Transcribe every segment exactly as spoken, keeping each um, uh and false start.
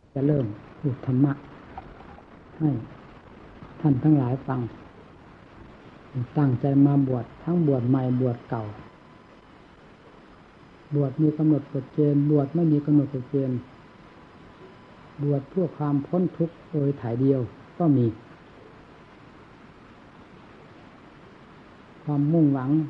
จะเริ่มพูดธรรมะให้ท่านทั้งหลายฟังตั้งใจมาบวชทั้งบวชใหม่บวชเก่าบวชมีกำหนดกฎเกณฑ์บวชไม่มีกำหนดกฎเกณฑ์บวชเพื่อความพ้นทุกข์โดยถ่ายเดียวก็มีความมุ่งหวัง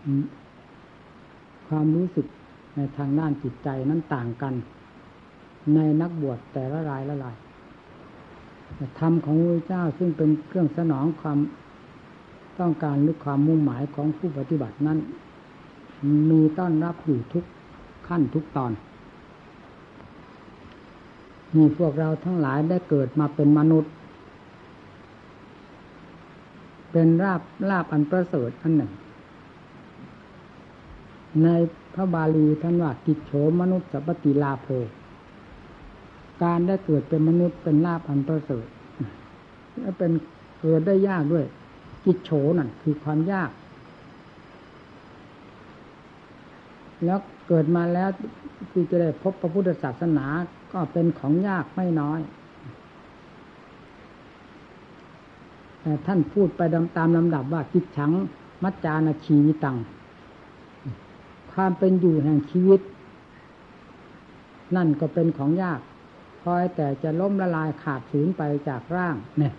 ความรู้สึกในทางด้านจิตใจนั้นต่างกันในนักบวชแต่ละรายละรายธรรมของพระเจ้าซึ่งเป็นเครื่องสนองความต้องการหรือความมุ่งหมายของผู้ปฏิบัตินั้นมีต้อนรับอยู่ทุกขั้นทุกตอนมีพวกเราทั้งหลายได้เกิดมาเป็นมนุษย์เป็นลาภลาภอันประเสริฐอันหนึ่งในพระบาลีท่านว่ากิจโฉมนุษย์สัพพติลาโภการได้เกิดเป็นมนุษย์เป็นลาภอันประเสริฐและเป็นเกิดได้ยากด้วยกิจโฉนั่นคือความยากแล้วเกิดมาแล้วที่จะได้พบพระพุทธศาสนาก็เป็นของยากไม่น้อยแต่ท่านพูดไปตามลำดับว่ากิจฉังมัจจานาชีวิตังความเป็นอยู่แห่งชีวิตนั่นก็เป็นของยากคอยแต่จะล้มละลายขาดสูญไปจากร่างเนี่ย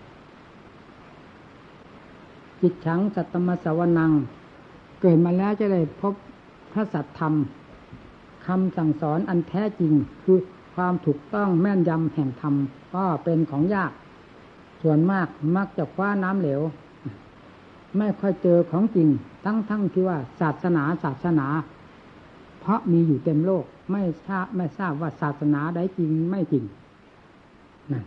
จิตฉังสัตตมสวนังเกิดมาแล้วจะได้พบพระสัทธรรมคำสั่งสอนอันแท้จริงคือความถูกต้องแม่นยำแห่งธรรมก็เป็นของยากส่วนมากมักจะคว้าน้ำเหลวไม่ค่อยเจอของจริงทั้งทั้งที่ว่าศาสนาศาสนาเพราะมีอยู่เต็มโลกไม่ทราบไม่ทราบว่าศาสนาใดจริงไม่จริงนะ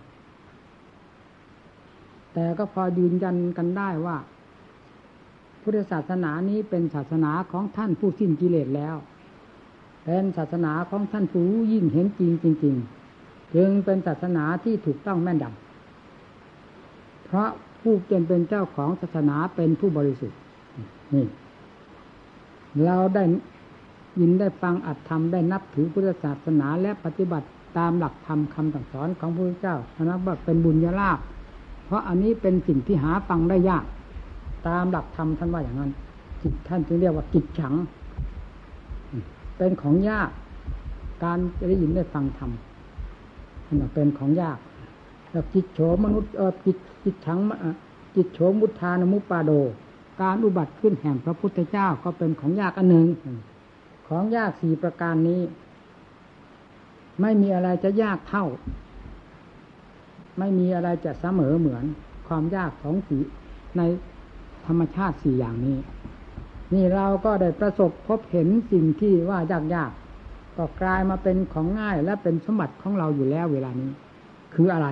แต่ก็พอยืนยันกันได้ว่าพุทธศาสนานี้เป็นศาสนาของท่านผู้สิ้นกิเลสแล้วเป็นศาสนาของท่านผู้ยิ่งเห็นจริงจริงๆจึงเป็นศาสนาที่ถูกต้องแม่นยำเพราะผู้เป็นเป็นเจ้าของศาสนาเป็นผู้บริสุทธิ์นี่เราได้ยินได้ฟังอัตธรรมได้นับถือพุทธศาสนาและปฏิบัติตามหลักธรรมคำสั่งสอนของพระพุทธเจ้านับว่าเป็นบุญญาลาภเพราะอันนี้เป็นสิ่งที่หาฟังได้ยากตามหลักธรรมท่านว่าอย่างนั้นจิตท่านจึงเรียกว่ากิจฉังเป็นของยากการจะได้ยินได้ฟังธรรมนั่นเป็นของยากแล้วจิตโฉมนุษย์เออจิตจิตฉังจิตโฉมุทานมุปปาโดการอุบัติขึ้นแห่งพระพุทธเจ้าก็เป็นของยากอันหนึ่งของยากสี่ประการนี้ไม่มีอะไรจะยากเท่าไม่มีอะไรจะเสมอเหมือนความยากของสีในธรรมชาติสี่อย่างนี้นี่เราก็ได้ประสบพบเห็นสิ่งที่ว่ายากๆก็กลายมาเป็นของง่ายและเป็นสมบัติของเราอยู่แล้วเวลานี้คืออะไร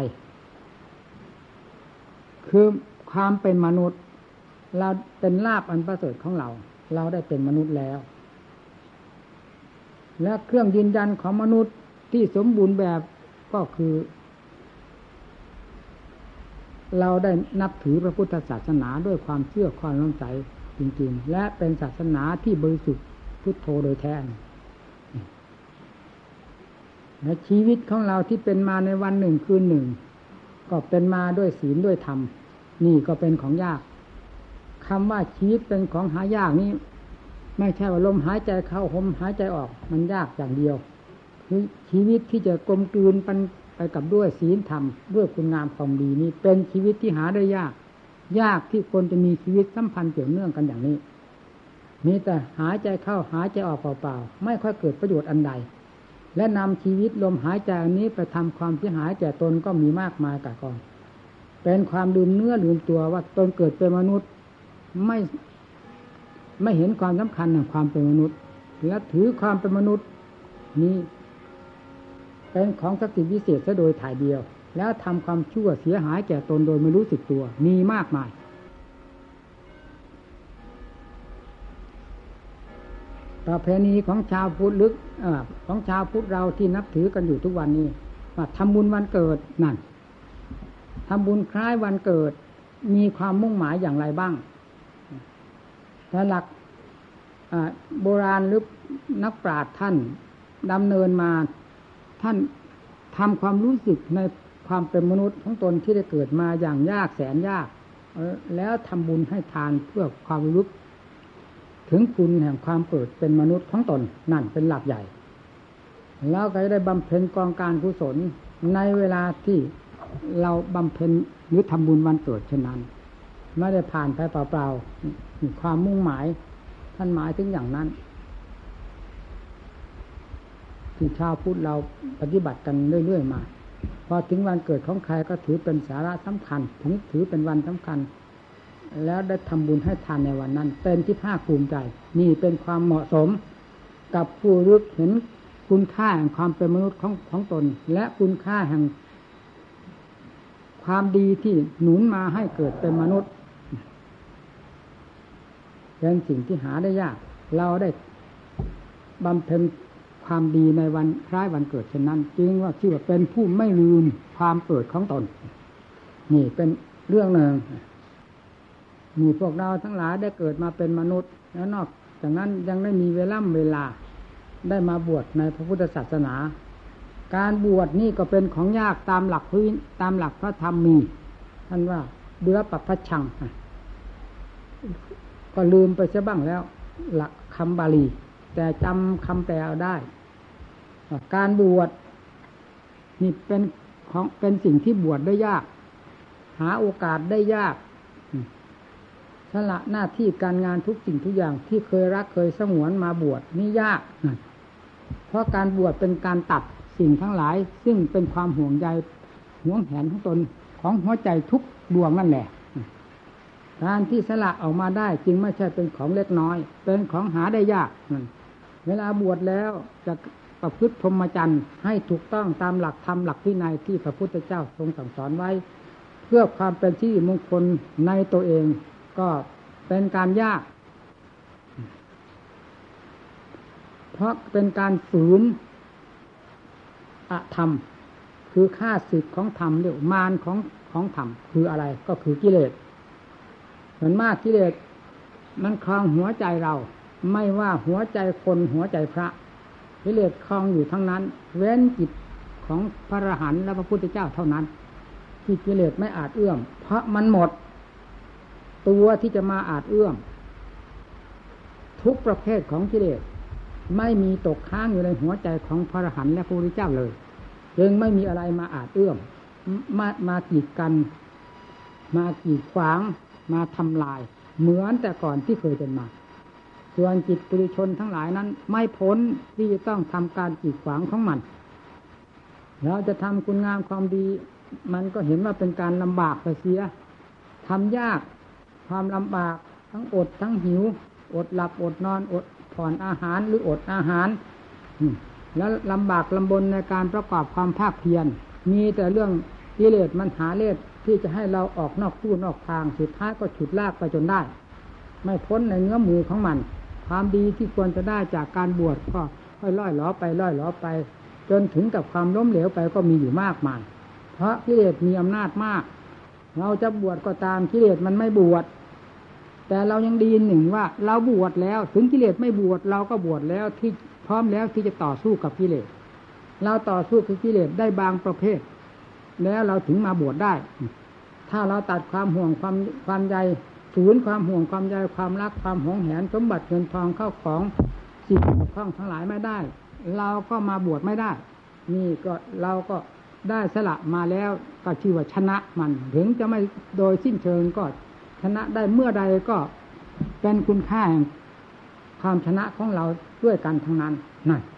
คือความเป็นมนุษย์เราเป็นลาภอันประเสริฐของเราเราได้เป็นมนุษย์แล้วและเครื่องยืนยันของมนุษย์ที่สมบูรณ์แบบก็คือเราได้นับถือพระพุทธศาสนาด้วยความเชื่อความน้อมใจจริงๆและเป็นศาสนาที่บริสุทธิ์พุทโธโดยแท้และชีวิตของเราที่เป็นมาในวันหนึ่งคืนหนึ่งก็เป็นมาด้วยศีลด้วยธรรมนี่ก็เป็นของยากคำว่าชีวิตเป็นของหายากนี้ไม่ใช่ว่าลมหายใจเข้าลมหายใจออกมันยากอย่างเดียวคือชีวิตที่จะกลมกลืนไปกับด้วยศีลธรรมด้วยคุณงามความดีนี้เป็นชีวิตที่หาได้ยากยากที่คนจะมีชีวิตสัมพันธ์เกี่ยวเนื่องกันอย่างนี้มีแต่หายใจเข้าหายใจออกเปล่าๆไม่ค่อยเกิดประโยชน์อันใดและนำชีวิตลมหายใจอันนี้ไปทำความเสียหายแก่ตนก็มีมากมายกะกองเป็นความลืมเนื้อลืมตัวว่าตนเกิดเป็นมนุษย์ไม่ไม่เห็นความสำคัญของความเป็นมนุษย์และถือความเป็นมนุษย์นี้เป็นของศักดิ์สิทธิ์วิเศษซะโดยถ่ายเดียวแล้วทำความชั่วเสียหายแก่ตนโดยไม่รู้สึกตัวมีมากมายประเพณีของชาวพุทธลึกของชาวพุทธเราที่นับถือกันอยู่ทุกวันนี้ว่าทำบุญวันเกิดนั่นทำบุญคล้ายวันเกิดมีความมุ่งหมายอย่างไรบ้างแต่หลักโบราณหรือนักปราชญ์ท่านดำเนินมาท่านทำความรู้สึกในความเป็นมนุษย์ของตนที่ได้เกิดมาอย่างยากแสนยากแล้วทำบุญให้ทานเพื่อความรู้ถึงคุณแห่งความเกิดเป็นมนุษย์ของตนนั่นเป็นหลักใหญ่แล้วก็จะได้บำเพ็ญกองการกุศลในเวลาที่เราบำเพ็ญหรือทำบุญวันเกิดเช่นนั้นไม่ได้ผ่านไปเปล่าๆมีความมุ่งหมายท่านหมายถึงอย่างนั้นที่ชาวพุทธเราปฏิบัติกันเรื่อยๆมาพอถึงวันเกิดของใครก็ถือเป็นสาระสำคัญถึงถือเป็นวันสำคัญแล้วได้ทำบุญให้ทานในวันนั้นเป็นที่ภาคภูมิใจนี่เป็นความเหมาะสมกับผู้รู้เห็นคุณค่าแห่งความเป็นมนุษย์ของของตนและคุณค่าแห่งความดีที่หนุนมาให้เกิดเป็นมนุษย์เป็นสิ่งที่หาได้ยากเราได้บำเพ็ญความดีในวันคล้ายวันเกิดเช่นนั้นจึงว่าชื่อว่าเป็นผู้ไม่ลืมความเกิดของตนนี่เป็นเรื่องหนึ่งมีพวกเราทั้งหลายได้เกิดมาเป็นมนุษย์แล้วนอกจากนั้นยังได้มีเวลาเวลาได้มาบวชในพระพุทธศาสนาการบวชนี่ก็เป็นของยากตามหลักพื้นตามหลักพระธรรมมีท่านว่าเบื่อปัปพชังก็ลืมไปซะบ้างแล้วหลักคำบาลีแต่จำคำแปลเอาได้การบวชนี่เป็นของเป็นสิ่งที่บวชได้ยากหาโอกาสได้ยากสละหน้าที่การงานทุกสิ่งทุกอย่างที่เคยรักเคยสงวนมาบวชนี่ยากเพราะการบวชเป็นการตัดสิ่งทั้งหลายซึ่งเป็นความห่วงใยห่วงแหนของตนของหัวใจทุกดวงนั่นแหละการที่สละออกมาได้จึงไม่ใช่เป็นของเล็กน้อยเป็นของหาได้ยากเวลาบวชแล้วจะประพฤติพรหมจรรย์ให้ถูกต้องตามหลักธรรมหลักวินัยที่พระพุทธเจ้าทรงสั่งสอนไว้เพื่อความเป็นที่มงคลในตัวเองก็เป็นการยากเพราะเป็นการฝืนอธรรมคือค่าศึกของธรรมเรียกมารของของธรรมคืออะไรก็คือกิเลสส่วนมากกิเลสมันครองหัวใจเราไม่ว่าหัวใจคนหัวใจพระกิเลสครองอยู่ทั้งนั้นเว้นจิตของพระอรหันต์และพระพุทธเจ้าเท่านั้นที่กิเลสไม่อาจเอื้อมเพราะมันหมดตัวที่จะมาอาจเอื้อมทุกประเภทของกิเลสไม่มีตกค้างอยู่ในหัวใจของพระอรหันต์และพระพุทธเจ้าเลยจึงไม่มีอะไรมาอาจเอื้อมมามากีดกันมากีดขวางมาทำลายเหมือนแต่ก่อนที่เคยเป็นมาส่วนจิตปุถุชนทั้งหลายนั้นไม่พ้นที่จะต้องทำการกีดขวางของมันเราจะทำคุณงามความดีมันก็เห็นว่าเป็นการลำบากไปเสียทำยากความลำบากทั้งอดทั้งหิวอดหลับอดนอนอดผ่อนอาหารหรืออดอาหารแล้วลำบากลำบนในการประกอบความภาคเพียรมีแต่เรื่องกิเลสมันหาเล่ห์ที่จะให้เราออกนอกลู่นอกทางสุดท้ายก็ฉุดลากไปจนได้ไม่พ้นในเงื้อมือของมันความดีที่ควรจะได้จากการบวชก็ค่อยล่อยล้อไปล่อยล้อไปจนถึงกับความล้มเหลวไปก็มีอยู่มากมายเพราะกิเลสมีอำนาจมากเราจะบวชก็ตามกิเลสมันไม่บวชแต่เรายังดีหนึ่งว่าเราบวชแล้วถึงกิเลสไม่บวชเราก็บวชแล้วที่พร้อมแล้วที่จะต่อสู้กับกิเลสเราต่อสู้กับกิเลสได้บางประเภทแล้วเราถึงมาบวชได้ถ้าเราตัดความห่วงความความใยศูนย์ความห่วงความใยความรักความหวงแหนสมบัติเงินทองเข้าของสิ่งของทั้งหลายไม่ได้เราก็มาบวชไม่ได้นี่ก็เราก็ได้สละมาแล้วก็ชื่อว่าชนะมันถึงจะไม่โดยสิ้นเชิงก็ชนะได้เมื่อใดก็เป็นคุณค่าแห่งความชนะของเราด้วยกันทั้งนั้นนั่น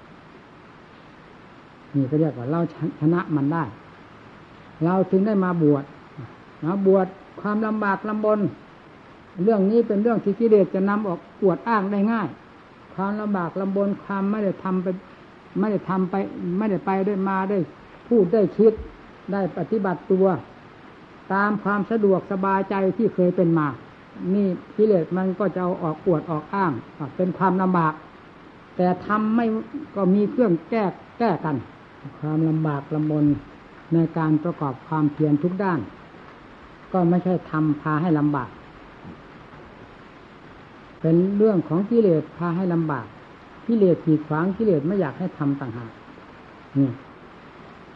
นี่ก็เรียกว่าเราชนะมันได้เราถึงได้มาบวชมาบวชความลำบากลำบนเรื่องนี้เป็นเรื่องที่กิเลสจะนำออกอวดอ้างได้ง่ายความลำบากลำบนความไม่ได้ทำไปไม่ได้ทำไปไม่ได้ไปได้มาได้พูดได้คิดได้ปฏิบัติตัวตามความสะดวกสบายใจที่เคยเป็นมานี่กิเลสมันก็จะเอาออกอวดออกอ้างเป็นความลำบากแต่ทำไม่ก็มีเครื่องแก้แก้กันความลำบากลำบนในการประกอบความเพียรทุกด้านก็ไม่ใช่ทำพาให้ลำบากเป็นเรื่องของกิเลสพาให้ลำบากกิเลสกีดขวางกิเลสไม่อยากให้ทำต่างหากนี่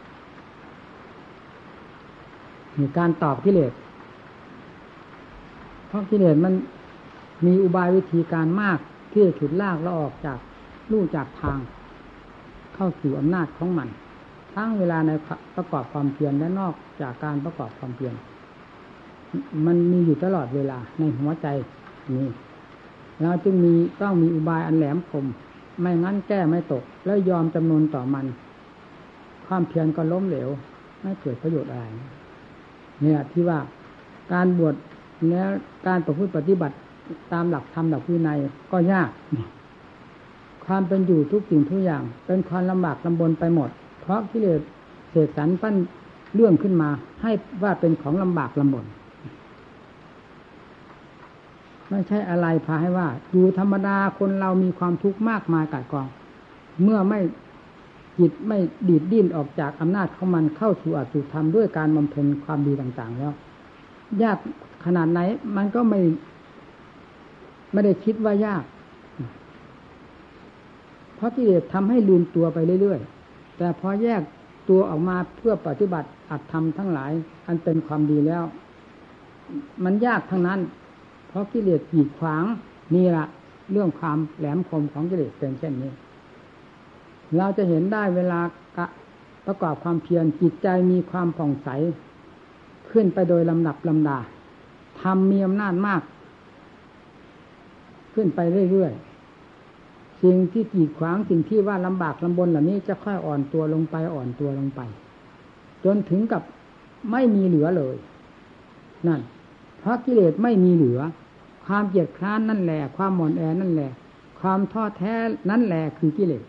มีการตอบกิเลสเพราะกิเลสมันมีอุบายวิธีการมากที่จะฉุดลากเราออกจากลู่จากทางเข้าสู่อำนาจของมันทั้งเวลาในประกอบความเพียรและนอกจากการประกอบความเพียรมันมีอยู่ตลอดเวลาในหัวใจนี้เราจึงมีต้องมีอุบายอันแหลมคมไม่งั้นแก้ไม่ตกแล้วยอมจำนนต่อมันความเพียรก็ล้มเหลวไม่เกิดประโยชน์อะไรเนี่ยที่ว่าการบวชและการประพฤติปฏิบัติตามหลักธรรมหลักวินัยก็ยากความเป็นอยู่ทุกสิ่งทุกอย่างเป็นความลำบากลำบนไปหมดเพราะกิเลสเสกสรรปั้นเรื่องขึ้นมาให้ว่าเป็นของลำบากลำบนไม่ใช่อะไรพาให้ว่าอยู่ธรรมดาคนเรามีความทุกข์มากมายกายกองเมื่อไม่จิตไม่ดีดดิ้นออกจากอำนาจของมันเข้าสู่อสุธรรมด้วยการบำเพ็ญความดีต่างๆแล้วยากขนาดไหนมันก็ไม่ไม่ได้คิดว่ายากเพราะกิเลสทำให้ลืมตัวไปเรื่อยๆแต่พอแยกตัวออกมาเพื่อปฏิบัติอัตธรรมทั้งหลายอันเป็นความดีแล้วมันยากทั้งนั้นเพราะกิเลสกีดขวางนี่ละเรื่องความแหลมคมของกิเลสเป็นเช่นนี้เราจะเห็นได้เวลาประกอบความเพียรจิตใจมีความผ่องใสขึ้นไปโดยลำดับลำดาธรรมมีอำนาจมากขึ้นไปเรื่อยๆสิ่งที่กีดขวางสิ่งที่ว่าลำบากลำบนเหล่านี้จะค่อยอ่อนตัวลงไปอ่อนตัวลงไปจนถึงกับไม่มีเหลือเลยนั่นเพราะกิเลสไม่มีเหลือความเกียจคร้านนั่นแหละความหม่นแอนั่นแหละความท้อแท้นั่นแหละคือกิเลส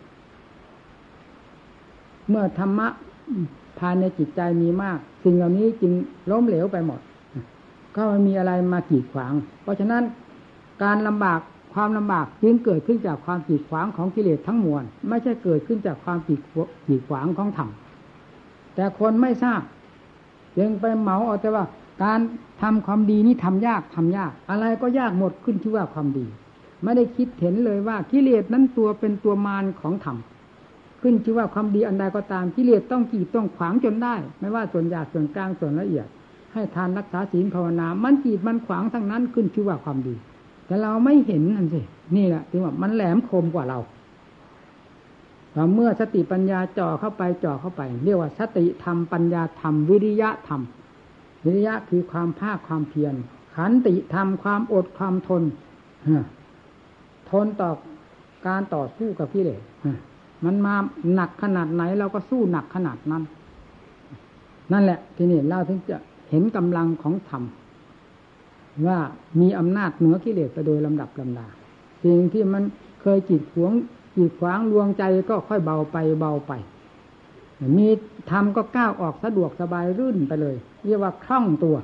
เมื่อธรรมะภายในจิตใจมีมากสิ่งเหล่านี้จึงล้มเหลวไปหมดก็ไม่มีอะไรมากีดขวางเพราะฉะนั้นการลำบากความลำบากจึงเกิดขึ้นจากความกีดขวางของกิเลสทั้งมวลไม่ใช่เกิดขึ้นจากความกีดกีดขวางของธรรมแต่คนไม่ทราบจึงไปเหมาเอาแต่ว่าการทำความดีนี้ทำยากทำยากอะไรก็ยากหมดขึ้นที่ว่าความดีไม่ได้คิดเห็นเลยว่ากิเลสนั้นตัวเป็นตัวมารของธรรมขึ้นที่ว่าความดีอันใดก็ตามกิเลสต้องกีดต้องขวางจนได้ไม่ว่าส่วนหยาบส่วนกลางส่วนละเอียดให้ทานรักษาศีลภาวนามันกีดมันขวางทั้งนั้นขึ้นที่ว่าความดีแต่เราไม่เห็นนั่นสินี่แหละถึงว่ามันแหลมคมกว่าเราเมื่อสติปัญญาจ่อเข้าไปจ่อเข้าไปเรียกว่าสติธรรมปัญญาธรรมวิริยะธรรมวิริยะคือความภาคความเพียรขันติธรรมความอดความทนทนต่อการต่อสู้กับกิเลสมันมาหนักขนาดไหนเราก็สู้หนักขนาดนั้นนั่นแหละทีนี้เราถึงจะเห็นกำลังของธรรมว่ามีอำนาจเหนือกิเลสไปโดยลำดับลำดาสิ่งที่มันเคยกีดขวางกีดขวางลวงใจก็ค่อยเบาไปเบาไปมีธรรมก็ก้าวออกสะดวกสบายรื่นไปเลยเรียกว่าคล่องตัว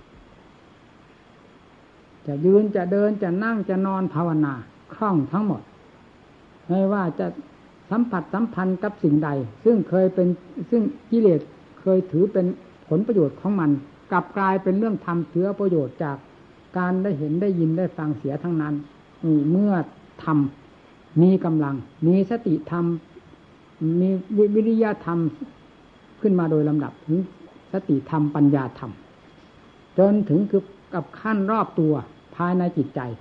จะยืนจะเดินจะนั่งจะนอนภาวนาคล่องทั้งหมดไม่ว่าจะสัมผัสสัมพันธ์กับสิ่งใดซึ่งเคยเป็นซึ่งกิเลสเคยถือเป็นผลประโยชน์ของมันกลับกลายเป็นเรื่องทำเชื้อประโยชน์จากการได้เห็นได้ยินได้ฟังเสียทั้งนั้นเมื่อธรรมมีกำลังมีสติธรรมมีวิริยะธรรมขึ้นมาโดยลำดับถึงสติธรรมปัญญาธรรมจนถึงคือกับขั้นรอบตัวภายในจิตใจ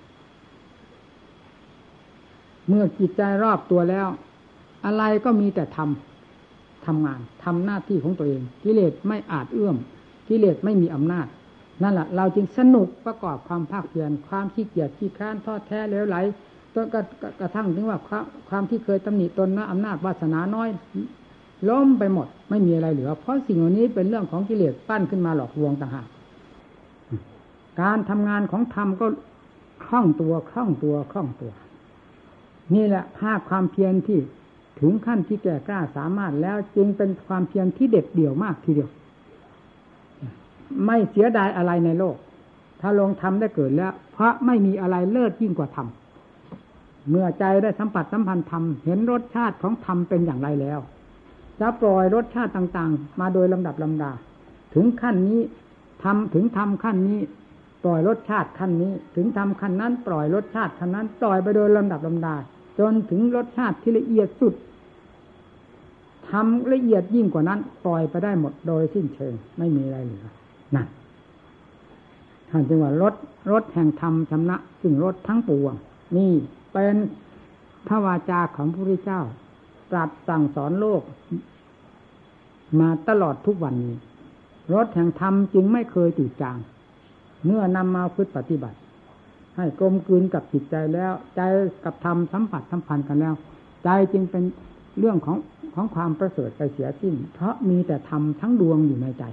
เมื่อจิตใจรอบตัวแล้วอะไรก็มีแต่ทำทำงานทำหน้าที่ของตัวเองกิเลสไม่อาจเอื้อมกิเลสไม่มีอำนาจนั่นแหละเราจึงสนุกประกอบความภาคเพียรความขี้เกียจขี้คร้านท้อแท้เหลวไหลต้นกระทั่งถึงว่าความความที่เคยตำหนิตนนะอำนาจวาสนาน้อยล้มไปหมดไม่มีอะไรเหลือเพราะสิ่งเหล่านี้เป็นเรื่องของกิเลสปั้นขึ้นมาหลอกลวงต่างหากการทำงานของธรรมก็คล่องตัวคล่องตัวคล่องตัวนี่แหละภาคความเพียรที่ถึงขั้นที่แก่กล้าสามารถแล้วจึงเป็นความเพียรที่เด็ดเดี่ยวมากทีเดียวไม่เสียดายอะไรในโลกถ้าลงทำได้เกิดแล้วเพราะไม่มีอะไรเลิศยิ่งกว่าธรรมเมื่อใจได้สัมผัสสัมพันธ์ธรรมเห็นรสชาติของธรรมเป็นอย่างไรแล้วจะปล่อยรสชาติต่างๆมาโดยลำดับลำดาถึงขั้นนี้ทำถึงทำขั้นนี้ปล่อยรสชาติขั้นนี้ถึงทำขั้นนั้นปล่อยรสชาติขั้นนั้นปล่อยไปโดยลำดับลำดาจนถึงรสชาติที่ละเอียดสุดททำละเอียดยิ่งกว่านั้นปล่อยไปได้หมดโดยสิ้นเชิงไม่มีอะไรเหลือนั่นท่านจึงว่ารถรถแห่งธรรมชำระซึ่งรถทั้งปวงนี่เป็นพระวาจาของพระพุทธเจ้าตรัสสั่งสอนโลกมาตลอดทุกวันนี้รถแห่งธรรมจึงไม่เคยจืดจางเมื่อนำมาพึ่งปฏิบัติให้กลมกลืนกับจิตใจแล้วใจกับธรรมสัมผัสสัมพันธ์กันแล้วใจจึงเป็นเรื่องของของความประเสริฐไปเสียสิ้นเพราะมีแต่ธรรมทั้งดวงอยู่ในใจ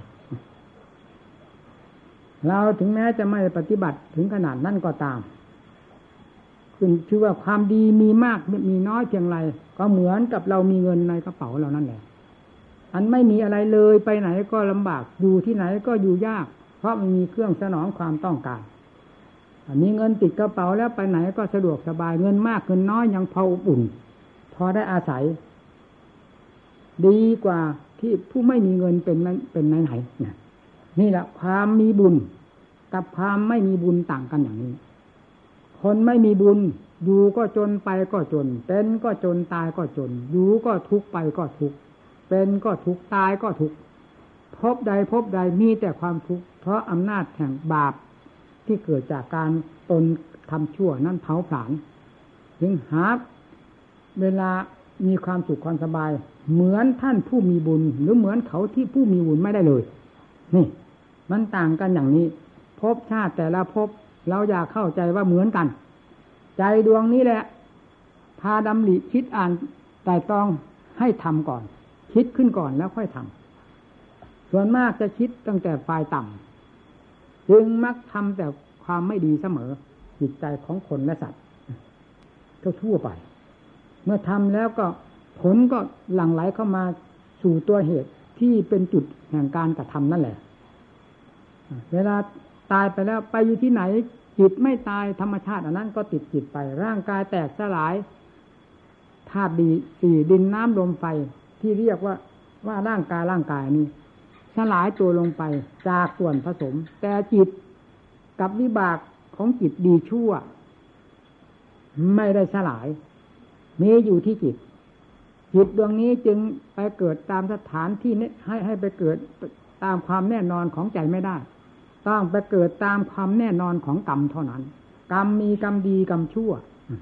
เราถึงแม้จะไม่ปฏิบัติถึงขนาดนั้นก็ตามขึ้นชื่อว่าความดีมีมากมีน้อยเพียงไรก็เหมือนกับเรามีเงินในกระเป๋าเรานั่นแหละอันไม่มีอะไรเลยไปไหนก็ลำบากอยู่ที่ไหนก็อยู่ยากเพราะมันมีเครื่องสนองความต้องการมีเงินติดกระเป๋าแล้วไปไหนก็สะดวกสบายเงินมากเงินน้อยยังพออุ่นพอได้อาศัยดีกว่าที่ผู้ไม่มีเงินเป็นเป็นไหนไหนนี่แหละความมีบุญกับความไม่มีบุญต่างกันอย่างนี้คนไม่มีบุญอยู่ก็จนไปก็จนเป็นก็จนตายก็จนอยู่ก็ทุกข์ไปก็ทุกข์เป็นก็ทุกข์ตายก็ทุกข์พบใดพบใดมีแต่ความทุกข์เพราะอำนาจแห่งบาปที่เกิดจากการตนทำชั่วนั้นเผาผลาญจึงหาเวลามีความสุขความสบายเหมือนท่านผู้มีบุญหรือเหมือนเขาที่ผู้มีบุญไม่ได้เลยนี่มันต่างกันอย่างนี้ภพชาติแต่ละภพเราอยากเข้าใจว่าเหมือนกันใจดวงนี้แหละพาดำริคิดอ่านไตร่ตรองให้ทำก่อนคิดขึ้นก่อนแล้วค่อยทำส่วนมากจะคิดตั้งแต่ฝ่ายต่ำจึงมักทำแต่ความไม่ดีเสมอจิตใจของคนและสัตว์ทั่วไปเมื่อทำแล้วก็ผลก็หลั่งไหลเข้ามาสู่ตัวเหตุที่เป็นจุดแห่งการกระทำนั่นแหละเวลาตายไปแล้วไปอยู่ที่ไหนจิตไม่ตายธรรมชาติอันนั้นก็ติดจิตไปร่างกายแตกสลายธาตุดีสี่ดินน้ำลมไฟที่เรียกว่าว่าร่างกายร่างกายนี้สลายตัวลงไปจากส่วนผสมแต่จิตกับวิบากของจิตดีชั่วไม่ได้สลายมีอยู่ที่จิตจิตดวงนี้จึงไปเกิดตามสถานที่ให้ให้ไปเกิดตามความแน่นอนของใจไม่ได้ต้องไปเกิดตามความแน่นอนของกรรมเท่านั้นกรรมมีกรรมดีกรรมชั่ว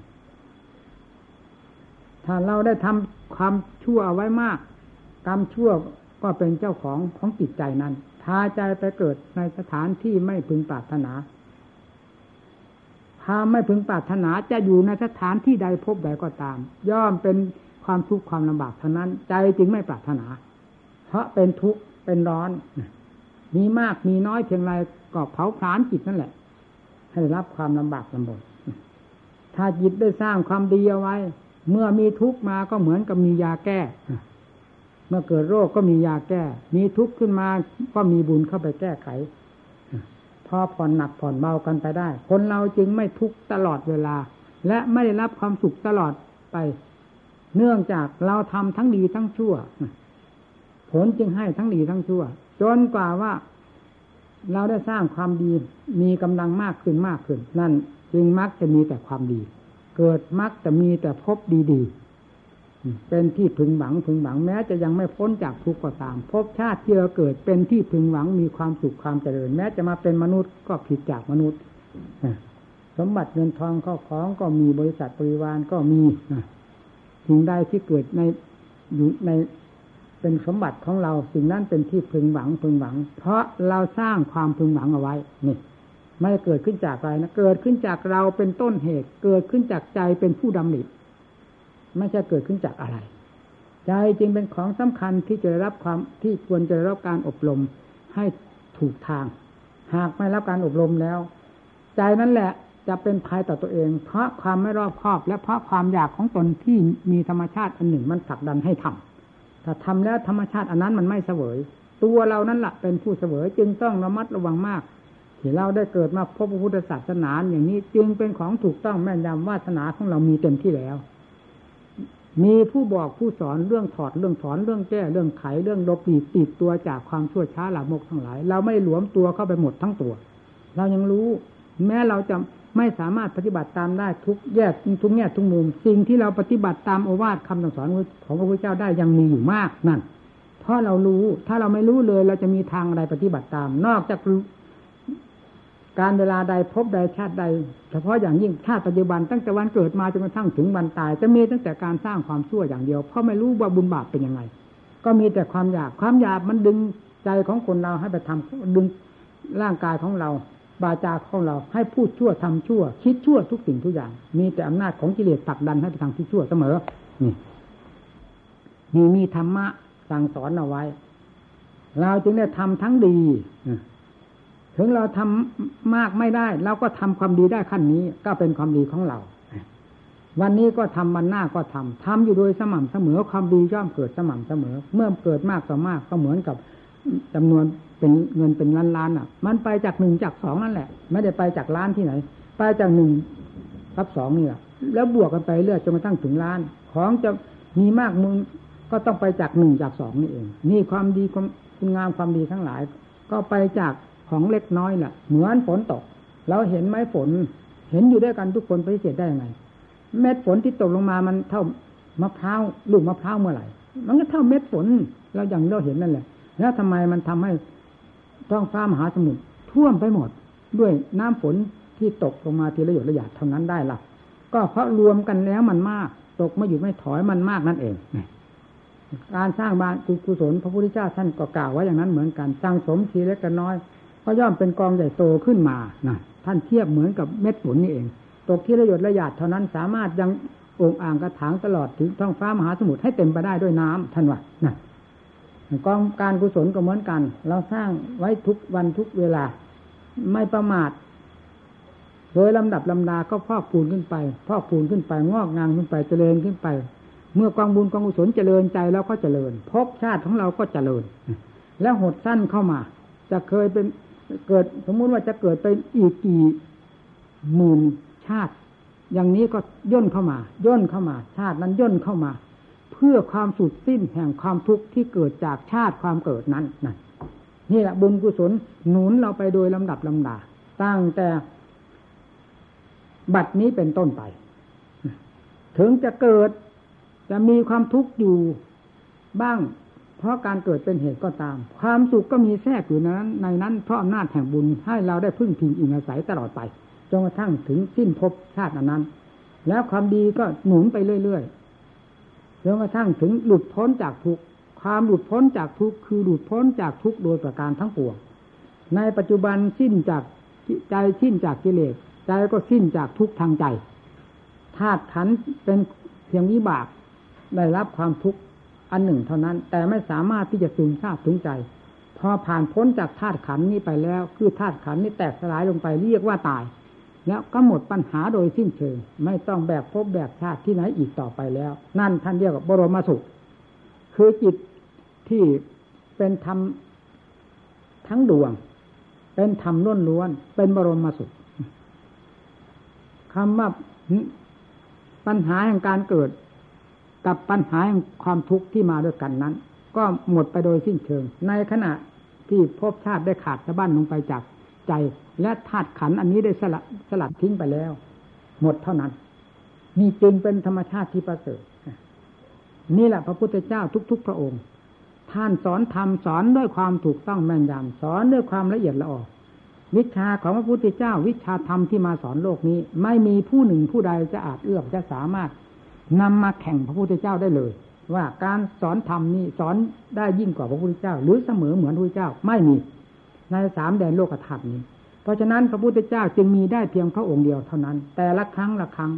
ถ้าเราได้ทำความชั่วเอาไว้มากกรรมชั่วก็เป็นเจ้าของของจิตใจนั้นพาใจไปเกิดในสถานที่ไม่พึงปรารถนาถ้าไม่พึงปรารถนาจะอยู่ในสถานที่ใดพบใดก็ตามย่อมเป็นความทุกข์ความลำบากเท่านั้นใจจึงไม่ปรารถนาเพราะเป็นทุกข์เป็นร้อนมีมากมีน้อยเพียงไรก็เผาผลาญจิตนั่นแหละให้รับความลำบากลำบนถ้าจิตได้สร้างความดีเอาไว้เมื่อมีทุกข์มาก็เหมือนกับมียาแก้เมื่อเกิดโรคก็มียาแก้มีทุกข์ขึ้นมาก็มีบุญเข้าไปแก้ไขพอผ่อนหนักผ่อนเบากันไปได้คนเราจึงไม่ทุกข์ตลอดเวลาและไม่ได้รับความสุขตลอดไปเนื่องจากเราทำทั้งดีทั้งชั่วผลจึงให้ทั้งดีทั้งชั่วจนกว่าว่าเราได้สร้างความดีมีกำลังมากขึ้นมากขึ้นนั่นจึงมักจะมีแต่ความดีเกิดมักจะมีแต่พบดีๆเป็นที่พึงหวังพึงหวังแม้จะยังไม่พ้นจากทุกข์ก็ตามพบชาติที่เราเกิดเป็นที่พึงหวังมีความสุขความเจริญแม้จะมาเป็นมนุษย์ก็ผิดจากมนุษย์สมบัติเงินทองเข้าของก็มีบริษัทบริวารก็มีสิ่งใดที่เกิดในอยู่ในเป็นสมบัติของเราสิ่งนั้นเป็นที่พึงหวังพึงหวังเพราะเราสร้างความพึงหวังเอาไว้นี่ไม่เกิดขึ้นจากอะไรนะเกิดขึ้นจากเราเป็นต้นเหตุเกิดขึ้นจากใจเป็นผู้ดำริไม่ใช่เกิดขึ้นจากอะไรใจจึงเป็นของสำคัญที่จะได้รับความที่ควรจะได้รับการอบรมให้ถูกทางหากไม่รับการอบรมแล้วใจนั่นแหละจะเป็นภัยต่อตัวเองเพราะความไม่รอบคอบและเพราะความอยากของตนที่มีธรรมชาติอันหนึ่งมันผลักดันให้ทำถ้าทำแล้วธรรมชาติอันนั้นมันไม่เสวยตัวเรานั่นแหละเป็นผู้เสวยจึงต้องระมัดระวังมากที่เราได้เกิดมาพบพระพุทธศาสนาอย่างนี้จึงเป็นของถูกต้องแม่นยำวาสนาของเรามีเต็มที่แล้วมีผู้บอกผู้สอนเรื่องถอดเรื่องถอนเรื่องแก้เรื่องไขเรื่องลบหลีกติดตัวจากความชั่วช้าหลามกทั้งหลายเราไม่หลวมตัวเข้าไปหมดทั้งตัวเรายังรู้แม้เราจะไม่สามารถปฏิบัติตามได้ทุกแง่ทุกแง่ทุกมุมสิ่งที่เราปฏิบัติตามโอวาทคำสั่งสอนของพระพุทธเจ้าได้ยังมีอยู่มากนั่นเพราะเรารู้ถ้าเราไม่รู้เลยเราจะมีทางใดปฏิบัติตามนอกจากการเวลาใดพบใดชาติใดเฉพาะอย่างยิ่งชาติปัจจุบันตั้งแต่วันเกิดมาจนกระทั่งถึงวันตายจะมีตั้งแต่การสร้างความชั่วอย่างเดียวเพราะไม่รู้ว่าบุญบาปเป็นยังไงก็มีแต่ความอยากความอยากมันดึงใจของคนเราให้ไปทำดึงร่างกายของเราบาจาของเราให้พูดชั่วทำชั่วคิดชั่วทุกสิ่งทุกอย่างมีแต่อำนาจของกิเลสผลักดันให้ไปทางที่ชั่วเสมอนี่นี่มีธรรมะสั่งสอนเอาไว้เราจึงได้ทำทั้งดีถึงเราทำมากไม่ได้เราก็ทำความดีได้ขั้นนี้ก็เป็นความดีของเราวันนี้ก็ทำวันหน้าก็ทำทำอยู่โดยสม่ำเสมอความดีย่อมเกิดสม่ำเสมอเมื่อเกิดมากต่อมากก็เหมือนกับจำนวนเป็นเงินเป็นล้านล้านอ่ะมันไปจากหนึ่งจากสองนั่นแหละไม่ได้ไปจากล้านที่ไหนไปจากหนึ่งกับสองนี่แหละแล้วบวกกันไปเรื่อยจนกระทั่งถึงล้านของจะมีมากมึงก็ต้องไปจากหนึ่งจากสองนี่เองนี่ความดีความคุณงามความดีทั้งหลายก็ไปจากของเล็กน้อยแหละเหมือนฝนตกเราเห็นไหมฝนเห็นอยู่ด้วยกันทุกคนปฏิเสธได้ยังไงเม็ดฝนที่ตกลงมามันเท่ามะพร้าวลูกมะพร้าวเมื่อไหร่มันก็เท่าเม็ดฝนเราอย่างเราเห็นนั่นแหละแล้วทำไมมันทำให้ท้องฟ้ามหาสมุทรท่วมไปหมดด้วยน้ำฝนที่ตกลงมาทีละหยดละหยาดเท่านั้นได้ล่ะก็เพราะรวมกันแล้วมันมากตกไม่หยุดไม่ถอยมันมากนั่นเองการสร้างบารมีกุศลพระพุทธเจ้าท่านก็กล่าวไว้อย่างนั้นเหมือนกันสร้างสมทีเล็กน้อยก็ย่อมเป็นกองใหญ่โตขึ้นมานะท่านเทียบเหมือนกับเม็ดฝนนี่เองตกทีละหยดละหยาดเท่านั้นสามารถยังโอ่งอ่างกระถางตลอดถึงท้องฟ้ามหาสมุทรให้เต็มไปได้ด้วยน้ำท่านว่านะกองการกุศลก็เหมือนกันเราสร้างไว้ทุกวันทุกเวลาไม่ประมาทโดยลำดับลำดาก็พอกพูนขึ้นไปพอกพูนขึ้นไปงอกงามขึ้นไปเจริญขึ้นไปเมื่อกองบุญกองกุศลเจริญใจแล้วก็เจริญภพชาติของเราก็เจริญแล้วหดสั้นเข้ามาจะเคยเป็นเกิดสมมุติว่าจะเกิดไปอีกกี่หมื่นชาติอย่างนี้ก็ย่นเข้ามาย่นเข้ามาชาตินั้นย่นเข้ามาเพื่อความสุดสิ้นแห่งความทุกข์ที่เกิดจากชาติความเกิดนั้นนั่นนี่แหละบุญกุศลหนุนเราไปโดยลำดับลำดาตั้งแต่บัดนี้เป็นต้นไปถึงจะเกิดจะมีความทุกข์อยู่บ้างเพราะการเกิดเป็นเหตุก็ตามความสุขก็มีแทรกอยู่ในนั้นในนั้นเพราะอำนาจแห่งบุญให้เราได้พึ่งพิงอิงอาศัยตลอดไปจนกระทั่งถึงสิ้นภพชาตินั้นแล้วความดีก็หนุนไปเรื่อยๆจนกระทั่งถึงหลุดพ้นจากทุกข์ความหลุดพ้นจากทุกข์คือหลุดพ้นจากทุกข์โดยประการทั้งปวงในปัจจุบันสิ้นจากใจสิ้นจากกิเลสใจก็สิ้นจากทุกข์ทางใจธาตุขันธ์เป็นเพียงวิบากได้รับความทุกข์อันหนึ่งเท่านั้นแต่ไม่สามารถที่จะซึมซาบถึงใจพอผ่านพ้นจากธาตุขันธ์นี้ไปแล้วคือธาตุขันธ์นี้แตกสลายลงไปเรียกว่าตายแล้วก็หมดปัญหาโดยสิ้นเชิงไม่ต้องแบกภพแบกชาติที่ไหนอีกต่อไปแล้วนั่นท่านเรียกว่าบรมสุขคือจิตที่เป็นธรรมทั้งดวงเป็นธรรมล้วนๆเป็นบรมสุขคำว่าปัญหาแห่งการเกิดกับปัญหาแห่งความทุกข์ที่มาด้วยกันนั้นก็หมดไปโดยสิ้นเชิงในขณะที่ภพชาติได้ขาดสะบั้นลงไปจากใจและธาตุขันธ์อันนี้ได้สลัดสลัดทิ้งไปแล้วหมดเท่านั้นนี่จึงเป็นธรรมชาติที่ประเสริฐนี่แหละพระพุทธเจ้าทุกๆพระองค์ท่านสอนธรรมสอนด้วยความถูกต้องแม่นยำสอนด้วยความละเอียดละออวิชาของพระพุทธเจ้าวิชาธรรมที่มาสอนโลกนี้ไม่มีผู้หนึ่งผู้ใดจะอาจเอื้อมจะสามารถนำมาแข่งพระพุทธเจ้าได้เลยว่าการสอนธรรมนี้สอนได้ยิ่งกว่าพระพุทธเจ้าหรือเสมอเหมือนพระพุทธเจ้าไม่มีในสามแดนโลกธาตุนี้เพราะฉะนั้นพระพุทธเจ้าจึงมีได้เพียงพระองค์เดียวเท่านั้นแต่ละครั้งละครั้ง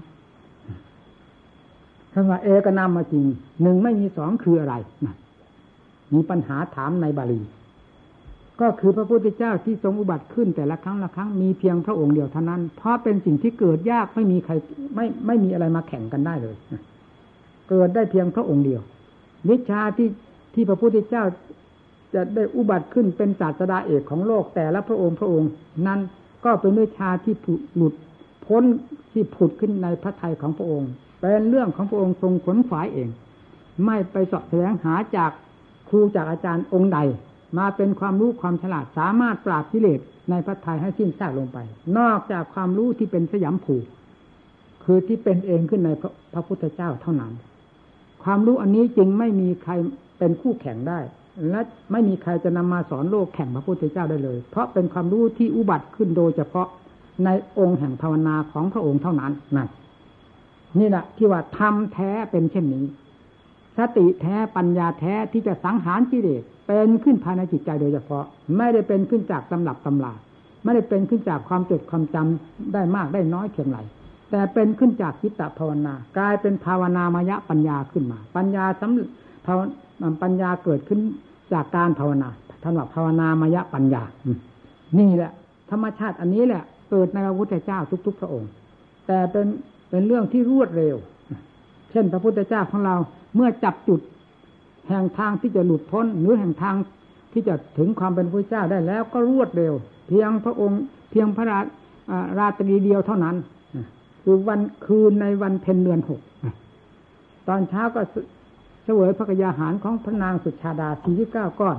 คำว่าเอกนามมาจริงหนึ่งไม่มีสองคืออะไรมีปัญหาถามในบาลีก็คือพระพุทธเจ้าที่ทรงอุบัติขึ้นแต่ละครั้งละครั้งมีเพียงพระองค์เดียวเท่านั้นเพราะเป็นสิ่งที่เกิดยากไม่มีใครไม่ไม่มีอะไรมาแข่งกันได้เลยเกิดได้เพียงพระองค์เดียววิชาที่ที่พระพุทธเจ้าจะได้อุบัติขึ้นเป็นศาสดาเอกของโลกแต่ละพระองค์พระองค์นั้นก็เป็นวิชาที่หลุดพ้นที่ผุดขึ้นในพระทัยของพระองค์เป็นเรื่องของพระองค์ทรงขวนขวายเองไม่ไปเสาะแสวงหาจากครูจากอาจารย์องค์ใดมาเป็นความรู้ความฉลาดสามารถปราบกิเลสในพระทัยให้สิ้นซากลงไปนอกจากความรู้ที่เป็นสยามภูคือที่เป็นเองขึ้นในพระ, พระพุทธเจ้าเท่านั้นความรู้อันนี้จึงไม่มีใครเป็นคู่แข่งได้และไม่มีใครจะนำมาสอนโลกแข่งพระพุทธเจ้าได้เลยเพราะเป็นความรู้ที่อุบัติขึ้นโดยเฉพาะในองค์แห่งภาวนาของพระองค์เท่านั้นนั่นนี่แหละที่ว่าธรรมแท้เป็นเช่นนี้สติแท้ปัญญาแท้ที่จะสังหารกิเลสเป็นขึ้นภายในจิตใจโดยเฉพาะไม่ได้เป็นขึ้นจากตำรับตำราไม่ได้เป็นขึ้นจากความจดความจำได้มากได้น้อยเพียงไรแต่เป็นขึ้นจากจิตตภาวนากลายเป็นภาวนามยปัญญาขึ้นมาปัญญาสำภาวปัญญาเกิดขึ้นจากการภาวนาท่านว่าภาวนามยปัญญานี่แหละธรรมชาติอันนี้แหละเกิดในพระพุทธเจ้าทุกๆพระองค์แต่เป็นเป็นเรื่องที่รวดเร็วเช่นพระพุทธเจ้าของเราเมื่อจับจุดแห่งทางที่จะหลุดพ้นหรือแห่งทางที่จะถึงความเป็นพระเจ้าได้แล้วก็รวดเร็วเพียงพระองค์เพียงพระราราตรีเดียวเท่านั้นคือวันคืนในวันเพ็ญเดือนหกตอนเช้าก็เสวยพระกยาหารของพระนางสุชาดาสี่สิบเก้าก้อน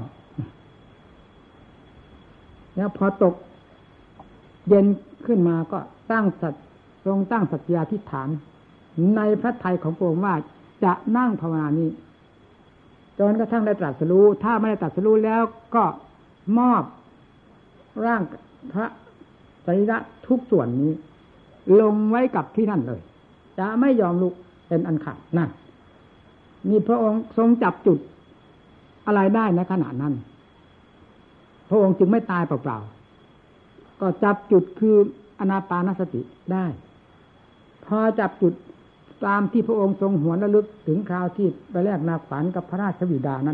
แล้วพอตกเย็นขึ้นมาก็ตั้งสัตย์ทรงตั้งสัตยาธิษฐานในพระทัยของพระองค์ว่าจะนั่งภาวนานี้จนกระทั่งได้ตรัสรู้ถ้าไม่ได้ตรัสรู้แล้วก็มอบร่างพระสรีระทุกส่วนนี้ลงไว้กับที่นั่นเลยจะไม่ยอมลุกเป็นอันขาดนั่นนี่พระองค์ทรงจับจุดอะไรได้ในขณะนั้นพระองค์จึงไม่ตายเปล่าๆก็จับจุดคืออานาปานสติได้พอจับจุดตามที่พระองค์ทรงหวนระลึกถึงคราวที่ไปแลกนาขวัญกับพระราชบิดานั้น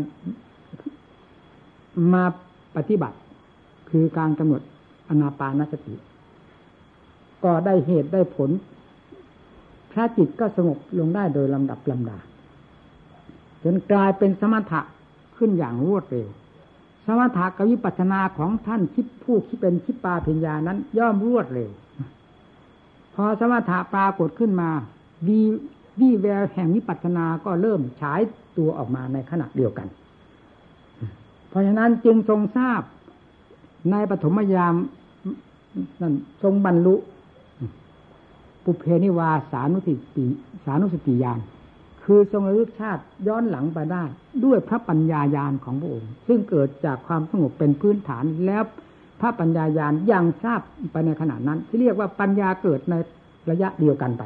มาปฏิบัติคือการกำหนดอานาปานสติก็ได้เหตุได้ผลพระจิตก็สงบลงได้โดยลำดับลำดาจนกลายเป็นสมถะขึ้นอย่างรวดเร็วสมถะกับวิปัสสนาของท่านคิดผู้ที่เป็นคิปปาภิญญานั้นย่อมรวดเร็วพอสมถะปรากฏขึ้นมาวีวี่แววแห่งวิปัสสนาก็เริ่มฉายตัวออกมาในขณะเดียวกันเพราะฉะนั้นจึงทรงทราบในปฐมยามนั่นทรงบรรลุปุเพนิวาสานุสติสานุสติญาณคือทรงระลึกชาติย้อนหลังไปได้ด้วยพระปัญญาญาณของพระองค์ซึ่งเกิดจากความสงบเป็นพื้นฐานแล้วพระปัญญาญาณยังทราบไปในขณะนั้นที่เรียกว่าปัญญาเกิดในระยะเดียวกันไป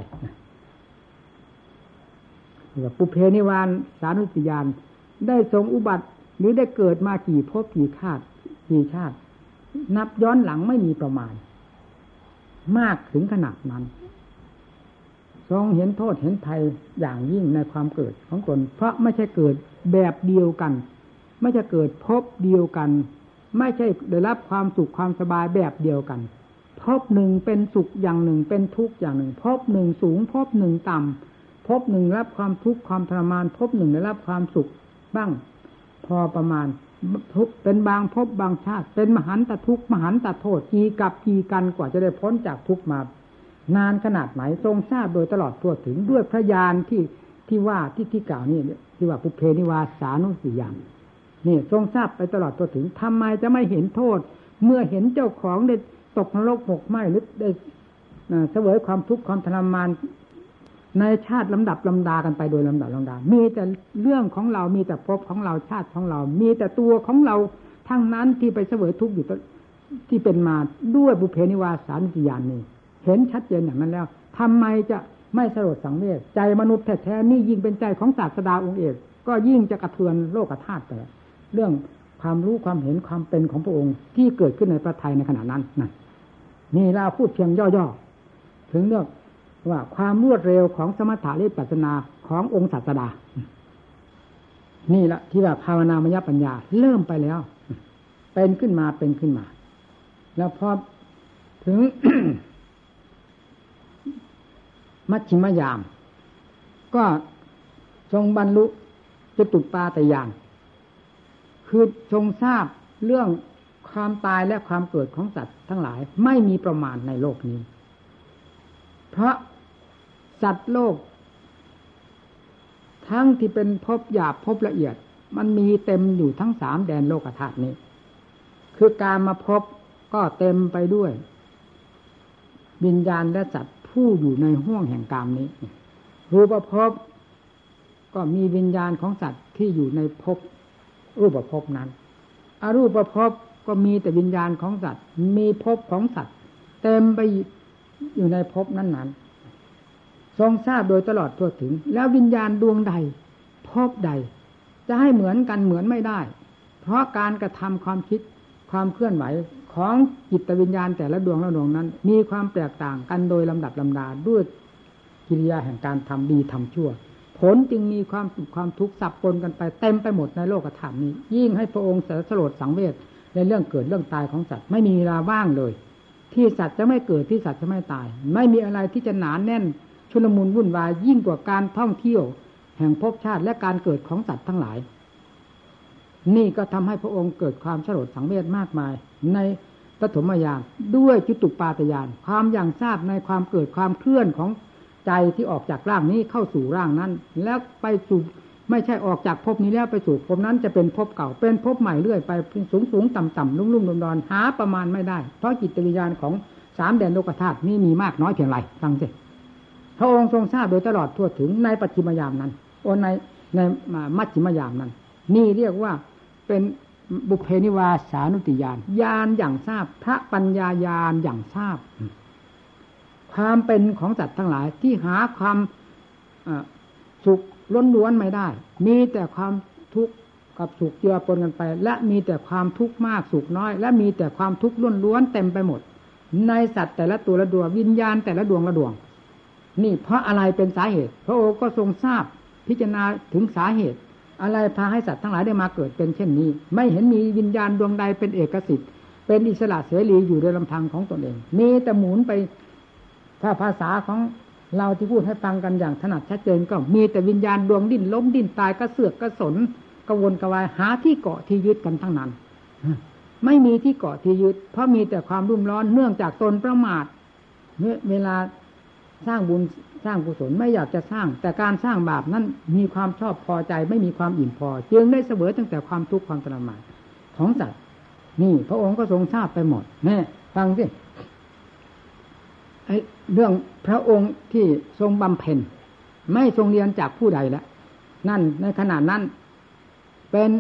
ปุเพนิวาสานุสติญาณได้ทรงอุบัติหรือได้เกิดมากี่ภพกี่ชาติกี่ชาตินับย้อนหลังไม่มีประมาณมากถึงขนาดนั้นทรงเห็นโทษเห็นภัยอย่างยิ่งในความเกิดของตนเพราะไม่ใช่เกิดแบบเดียวกันไม่ใช่เกิดภพเดียวกันไม่ใช่ได้รับความสุขความสบายแบบเดียวกันภพหนึ่งเป็นสุขอย่างหนึ่งเป็นทุกข์อย่างหนึ่งภพหนึ่งสูงภพหนึ่งต่ำภพหนึ่งรับความทุกข์ความทรมานภพหนึ่งได้รับความสุขบ้างพอประมาณทุกเป็นบางภพบางชาติเป็นมหันตทุกข์มหันตโทษกี่กับกี่กันกว่าจะได้พ้นจากทุกข์มานานขนาดไหนทรงทราบโดยตลอดทั่วถึงด้วยพระญาณที่ที่ว่าที่ที่กล่าวนี่ที่ว่าปุเพนิวาสานุสติญาณนี่ทรงทราบไปตลอดทั่วถึงทำไมจะไม่เห็นโทษเมื่อเห็นเจ้าของได้ตกนรกหมกไหม้หรือได้เสวยความทุกข์ความทรมานในชาติลำดับลำดากันไปโดยลำดับลำดามีแต่เรื่องของเรามีแต่ภพของเราชาติของเรามีแต่ตัวของเราทั้งนั้นที่ไปเสวยทุกข์อยู่ที่เป็นมาด้วยปุเพนิวาสานุสติญาณนี่เห็นชัดเจนอย่างนั้นแล้วทำไมจะไม่สลดสังเวชใจมนุษย์แท้ๆนี่ยิ่งเป็นใจของศาสดาองค์เอกก็ยิ่งจะกระเทือนโลกธาตุไปเรื่องความรู้ความเห็นความเป็นของพระองค์ที่เกิดขึ้นในพระทัยในขณะนั้นนั่นนี่เราพูดเพียงย่อๆถึงเรื่องว่าความรวดเร็วของสมถะและวิปัสสนาขององค์ศาสดานี่แหละที่ว่าภาวนามยปัญญาเริ่มไปแล้วเป็นขึ้นมาเป็นขึ้นมาแล้วพอถึง มัชฌิมยามก็ทรงบรรลุจตุปาตญาณคือทรงทราบเรื่องความตายและความเกิดของสัตว์ทั้งหลายไม่มีประมาณในโลกนี้เพราะสัตว์โลกทั้งที่เป็นภพหยาบภพละเอียดมันมีเต็มอยู่ทั้งสามแดนโลกธาตุนี้คือกามภพก็เต็มไปด้วยวิญญาณและสัตว์ผู้อยู่ในห้วงแห่งกามนี้รูปภพก็มีวิญญาณของสัตว์ที่อยู่ในภพรูปภพนั้นอรูปภพก็มีแต่วิญญาณของสัตว์มีภพของสัตว์เต็มไปอยู่ในภพนั้นๆทรงทราบโดยตลอดทั่วถึงแล้ววิญญาณดวงใดภพใดจะให้เหมือนกันเหมือนไม่ได้เพราะการกระทำความคิดความเคลื่อนไหวของจิตวิญญาณแต่ละดวงละดวงนั้นมีความแตกต่างกันโดยลำดับลำดาด้วยกิริยาแห่งการทำดีทำชั่วผลจึงมีความสุขความทุกข์สับปนกันไปเต็มไปหมดในโลกธรรมนี้ยิ่งให้พระองค์สลดสังเวชในเรื่องเกิดเรื่องตายของสัตว์ไม่มีเวลาว่างเลยที่สัตว์จะไม่เกิดที่สัตว์จะไม่ตายไม่มีอะไรที่จะหนาแน่นชุลมุนวุ่นวายยิ่งกว่าการท่องเที่ยวแห่งภพชาติและการเกิดของสัตว์ทั้งหลายนี่ก็ทำให้พระองค์เกิดความสลดสังเวชมากมายในปฐมญาณด้วยจุตุปาตญาณความอย่างทราบในความเกิดความเคลื่อนของใจที่ออกจากร่างนี้เข้าสู่ร่างนั้นแล้วไปสู่ไม่ใช่ออกจากภพนี้แล้วไปสู่ภพนั้นจะเป็นภพเก่าเป็นภพใหม่เรื่อยไปสูงสูงต่ำต่ำลุ่มลุ่มดอนดอนหาประมาณไม่ได้เพราะจิตวิญญาณของสามแดนโลกธาตุนี้มีมากน้อยเพียงไรฟังสิพระองค์ทรงทราบโดยตลอดทั่วถึงในปัจฉิมยามนั้นโอในในมัชฌิมยามนั้นนี่เรียกว่าเป็นบุพเพนิวาสานุติญาณญาณอย่างทราบพระปัญญาญาณอย่างทราบความเป็นของสัตว์ทั้งหลายที่หาความสุขล้วนๆไม่ได้มีแต่ความทุกข์กับสุขเจือปนกันไปและมีแต่ความทุกข์มากสุขน้อยและมีแต่ความทุกข์ล้วนๆเต็มไปหมดในสัตว์แต่ละตัวละดวงวิญญาณแต่ละดวงละดวงนี่เพราะอะไรเป็นสาเหตุพระองค์ก็ทรงทราบพิจารณาถึงสาเหตุอะไรพาให้สัตว์ทั้งหลายได้มาเกิดเป็นเช่นนี้ไม่เห็นมีวิญญาณดวงใดเป็นเอกสิทธิ์เป็นอิสระเสรีอยู่โดยลำพังของตนเองมีแต่หมุนไปถ้าภาษาของเราที่พูดให้ฟังกันอย่างถนัดชัดเจนก็มีแต่วิญญาณดวงดิ้นล้มดิ้นตายกระเสือกกระสนกระวนกระวายหาที่เกาะที่ยึดกันทั้งนั้นไม่มีที่เกาะที่ยึดเพราะมีแต่ความรุ่มร้อนเนื่องจากตนประมาทเวลาสร้างบุญสร้างกุศลไม่อยากจะสร้างแต่การสร้างบาปนั้นมีความชอบพอใจไม่มีความอิ่มพอจึงได้เสวยตั้งแต่ความทุกข์ความทรมานของสัตว์นี่พระองค์ก็ทรงทราบไปหมดแน่ฟังสิไอ้เรื่องพระองค์ที่ทรงบำเพ็ญไม่ทรงเรียนจากผู้ใดแล้วนั่นในขณะนั้นเป็น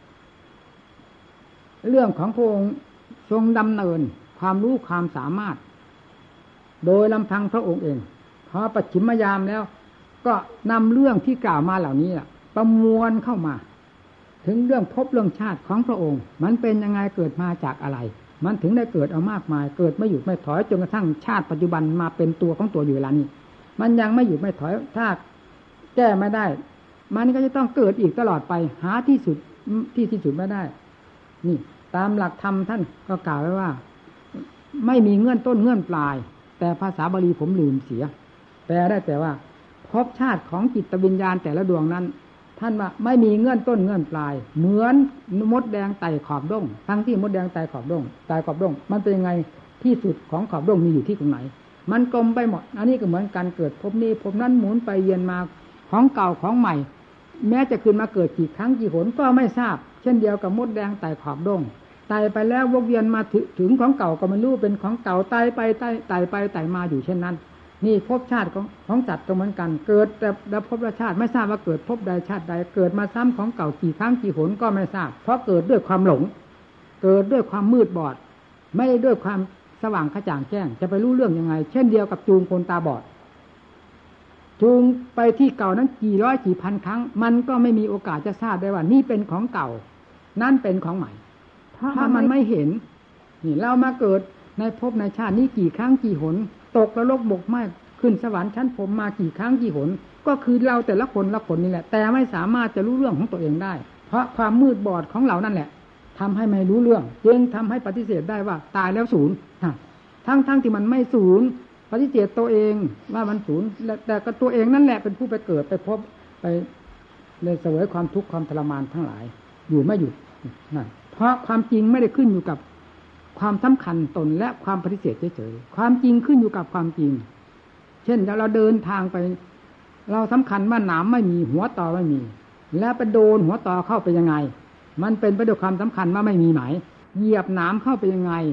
เรื่องของพระองค์ทรงดำเนินความรู้ความสามารถโดยลำพังพระองค์เองพอปัจฉิมยามแล้วก็นำเรื่องที่กล่าวมาเหล่านี้ประมวลเข้ามาถึงเรื่องภพเรื่องชาติของพระองค์มันเป็นยังไงเกิดมาจากอะไรมันถึงได้เกิดเอามากมายเกิดไม่หยุดไม่ถอยจนกระทั่งชาติปัจจุบันมาเป็นตัวของตัวอยู่เวลานี้มันยังไม่หยุดไม่ถอยถ้าแก้ไม่ได้มันก็จะต้องเกิดอีกตลอดไปหาที่สุดที่ที่สุดไม่ได้นี่ตามหลักธรรมท่านก็กล่าวไว้ว่าไม่มีเงื่อนต้นเงื่อนปลายแต่ภาษาบาลีผมลืมเสียแปลได้แต่ว่าภพชาติของจิตวิญญาณแต่ละดวงนั้นท่านว่าไม่มีเงื่อนต้นเงื่อนปลายเหมือนมดแดงไต่ขอบด้งทั้งที่มดแดงไต่ขอบด้งไต่ขอบด้งมันเป็นยังไงที่สุดของขอบด้งมีอยู่ที่ตรงไหนมันกลมไปหมดอันนี้ก็เหมือนกันเกิดภพนี้ภพนั้นหมุนไปเยียนมาของเก่าของใหม่แม้จะขึ้นมาเกิดกี่ครั้งกี่หนก็ไม่ทราบเช่นเดียวกับมดแดงไต่ขอบด้งไต่ไปแล้ววกเวียนมาถึงของเก่าก็ไม่รู้เป็นของเก่าไต่ไปไต่ไต่ไปไต่มาอยู่เช่นนั้นนี่ภพชาติของของสัตว์ก็เหมือนกันเกิดแต่แล้วภพชาติไม่ทราบว่าเกิดภพใดชาติใดเกิดมาซ้ำของเก่ากี่ครั้งกี่หนก็ไม่ทราบเพราะเกิดด้วยความหลงเกิดด้วยความมืดบอดไม่ได้ด้วยความสว่างกระจ่างแจ้งจะไปรู้เรื่องยังไงเช่นเดียวกับจูงคนตาบอดจูงไปที่เก่านั้นกี่ร้อยกี่พันครั้งมันก็ไม่มีโอกาสจะทราบได้ว่านี่เป็นของเก่านั่นเป็นของใหม่ถ้ามันไม่เห็นนี่เรามาเกิดในภพในชาตินี้กี่ครั้งกี่หนตกนรกบกไหม้ขึ้นสวรรค์ชั้นพรหมมากี่ครั้งกี่หนก็คือเราแต่ละคนละคนนี่แหละแต่ไม่สามารถจะรู้เรื่องของตัวเองได้เพราะความมืดบอดของเรานั่นแหละทำให้ไม่รู้เรื่องจึงทำให้ปฏิเสธได้ว่าตายแล้วศูนย์ทั้งๆ ท, ที่มันไม่ศูนย์ปฏิเสธตัวเองว่ามันศูนย์แต่ก็ตัวเองนั่นแหละเป็นผู้ไปเกิดไปพบไปเลยเสวยความทุกข์ความทรมานทั้งหลายอยู่ไม่หยุดนั่นเพราะความจริงไม่ได้ขึ้นอยู่กับความสำคัญตนและความปฏิเสธเฉยๆความจริงขึ้นอยู่กับความจริงเช่นเราเดินทางไปเราสำคัญว่าหนามไม่มีหัวต่อไม่มีแล้วไปโดนหัวต่อเข้าไปยังไงมันเป็นไปด้วยความสำคัญว่าไม่มีไหมเหยียบหนามเข้าไปยังไง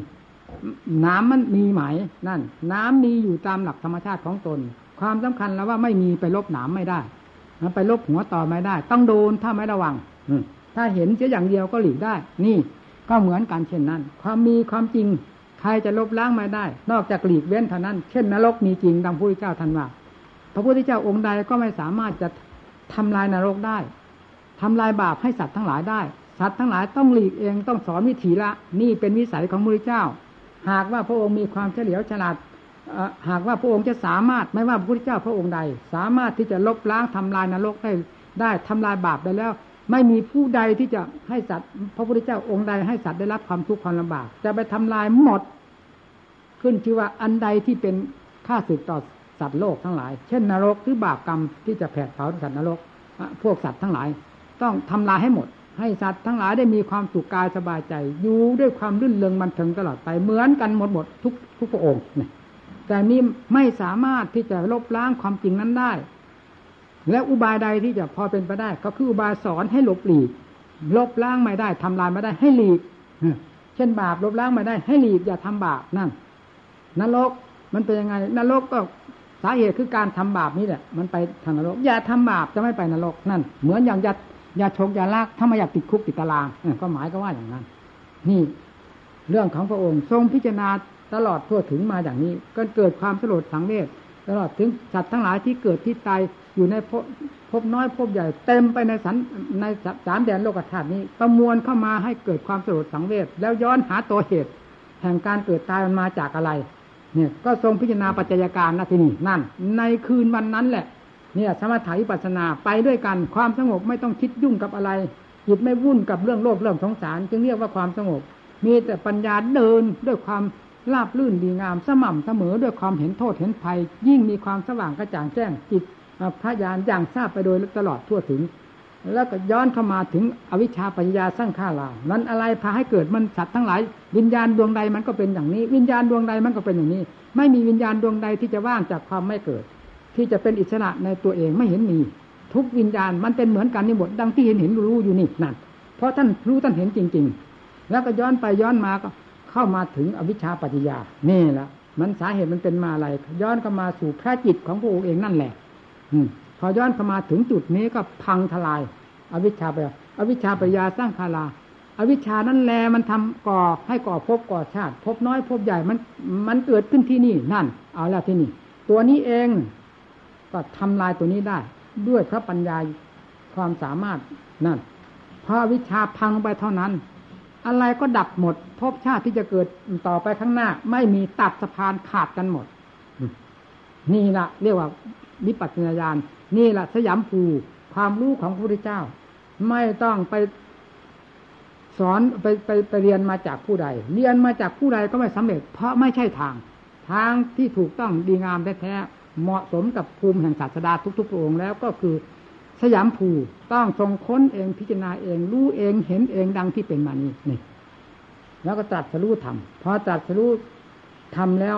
น้ำมันมีไหมนั่นน้ำมีอยู่ตามหลักธรรมชาติของตนความสำคัญแล้วว่าไม่มีไปลบน้ำไม่ได้มันไปลบหัวต่อไม่ได้ต้องโดนถ้าไม่ระวังถ้าเห็นเสียอย่างเดียวก็หลีกได้นี่ก็เหมือนกันเช่นนั้นความมีความจริงใครจะลบล้างไม่ได้นอกจากหลีกเว้นเท่านั้นเช่นนรกมีจริงดังพระพุทธเจ้าท่านว่าพระพุทธเจ้าองค์ใดก็ไม่สามารถจะทำลายนรกได้ทำลายบาปให้สัตว์ทั้งหลายได้สัตว์ทั้งหลายต้องหลีกเองต้องสอนวิถีละนี่เป็นวิสัยของพระพุทธเจ้าหากว่าพระองค์มีความเฉลียวฉลาดหากว่าพระองค์จะสามารถไม่ว่าพระพุทธเจ้าพระองค์ใดสามารถที่จะลบล้างทำลายนรกได้ได้ทำลายบาปได้แล้วไม่มีผู้ใดที่จะให้สัตว์พระพุทธเจ้าองค์ใดให้สัตว์ได้รับความทุกข์ความลำบากจะไปทำลายหมดขึ้นชื่อว่าอันใดที่เป็นข้าศึกต่อสัตว์โลกทั้งหลายเช่นนรกหรือบาปกรรมที่จะแผดเผาสัตว์นรกพวกสัตว์ทั้งหลายต้องทำลายให้หมดให้สัตว์ทั้งหลายได้มีความสุขกายสบายใจอยู่ด้วยความรื่นเริงบันเทิงตลอดไปเหมือนกันหมดหมดทุกทุกพระองค์แต่นี่ไม่สามารถที่จะลบล้างความจริงนั้นได้และอุบายใดที่จะพอเป็นไปได้ก็คืออุบายสอนให้หลบหลีกลบล้างไม่ได้ทำลายไม่ได้ให้หลีกเช่นบาปลบล้างไม่ได้ให้หลีกอย่าทำบาปนั่นนรกมันเป็นยังไงนรกก็สาเหตุคือการทำบาปนี่แหละมันไปทางนรกอย่าทำบาปจะไม่ไปนรกนั่นเหมือนอย่างอย่าอย่าชกอย่าลากถ้าไม่อยากติดคุกติดตารางก็หมายก็ว่าอย่างนั้นนี่เรื่องของพระองค์ทรงพิจารณาตลอดทั่วถึงมาอย่างนี้ก็เกิดความสลดสังเวชตลอดถึงสัตว์ทั้งหลายที่เกิดที่ตายอยู่ในภพภพน้อยภพใหญ่เต็มไปในสันในสามแดนโลกธาตุนี้ประมวลเข้ามาให้เกิดความสลดสังเวชแล้วย้อนหาตัวเหตุแห่งการเกิดตายมันมาจากอะไรเนี่ยก็ทรงพิจารณาปัจจัยการนะที่นี่นั่นในคืนวันนั้นแหละเนี่ยสมถะวิปัสสนาไปด้วยกันความสงบไม่ต้องคิดยุ่งกับอะไรจิตไม่วุ่นกับเรื่องโลภเรื่องสงสารจึงเรียกว่าความสงบมีแต่ปัญญาเดินด้วยความราบรื่นดีงามสม่ำเสมอด้วยความเห็นโทษเห็นภัยยิ่งมีความสว่างกระจ่างแจ้งจิตพระญาณอย่างทราบไปโดยตลอดทั่วถึงแล้วก็ย้อนเข้ามาถึงอวิชชาปัญญาสร้างข้ารานั้นอะไรพาให้เกิดมันสัตว์ทั้งหลายวิญญาณดวงใดมันก็เป็นอย่างนี้วิญญาณดวงใดมันก็เป็นอย่างนี้ไม่มีวิญญาณดวงใดที่จะว่างจากความไม่เกิดที่จะเป็นอิสระในตัวเองไม่เห็นมีทุกวิญญาณมันเป็นเหมือนกันนี่หมดดังที่เห็นเห็นรู้อยู่นี่นั่นเพราะท่านรู้ท่านเห็นจริงๆแล้วก็ย้อนไปย้อนมาก็เข้ามาถึงอวิชชาปัจจยานี่แหละมันสาเหตุมันเป็นมาอะไรย้อนเข้ามาสู่พระจิตของพระองค์เองนั่นแหละพอย้อนเข้ามาถึงจุดนี้ก็พังทลายอวิชชาไปอวิชชาปัญญาสร้างคาราอวิชชานั้นแลมันทำก่อให้ก่อภพก่อชาติภพน้อยภพใหญ่มันมันเกิดขึ้นที่นี่นั่นเอาแล้วที่นี่ตัวนี้เองก็ทำลายตัวนี้ได้ด้วยพระปัญญาความสามารถนั่นพอวิชาพังไปเท่านั้นอะไรก็ดับหมดภพชาติที่จะเกิดต่อไปข้างหน้าไม่มีตัดสะพานขาดกันหมดนี่ละเรียกว่าวิปัสสนาญาณนี่ละสยามภูความรู้ของพระพุทธเจ้าไม่ต้องไปสอนไปไปไปเรียนมาจากผู้ใดเรียนมาจากผู้ใดก็ไม่สำเร็จเพราะไม่ใช่ทางทางที่ถูกต้องดีงามแท้ๆเหมาะสมกับภูมิแห่งศาสดาทุกๆพระองค์แล้วก็คือสยามภูต้องทรงค้นเองพิจารณาเองรู้เองเห็นเองดังที่เป็นมานี้นี่แล้วก็ตรัสรู้ธรรมพอตรัสรู้ธรรมแล้ว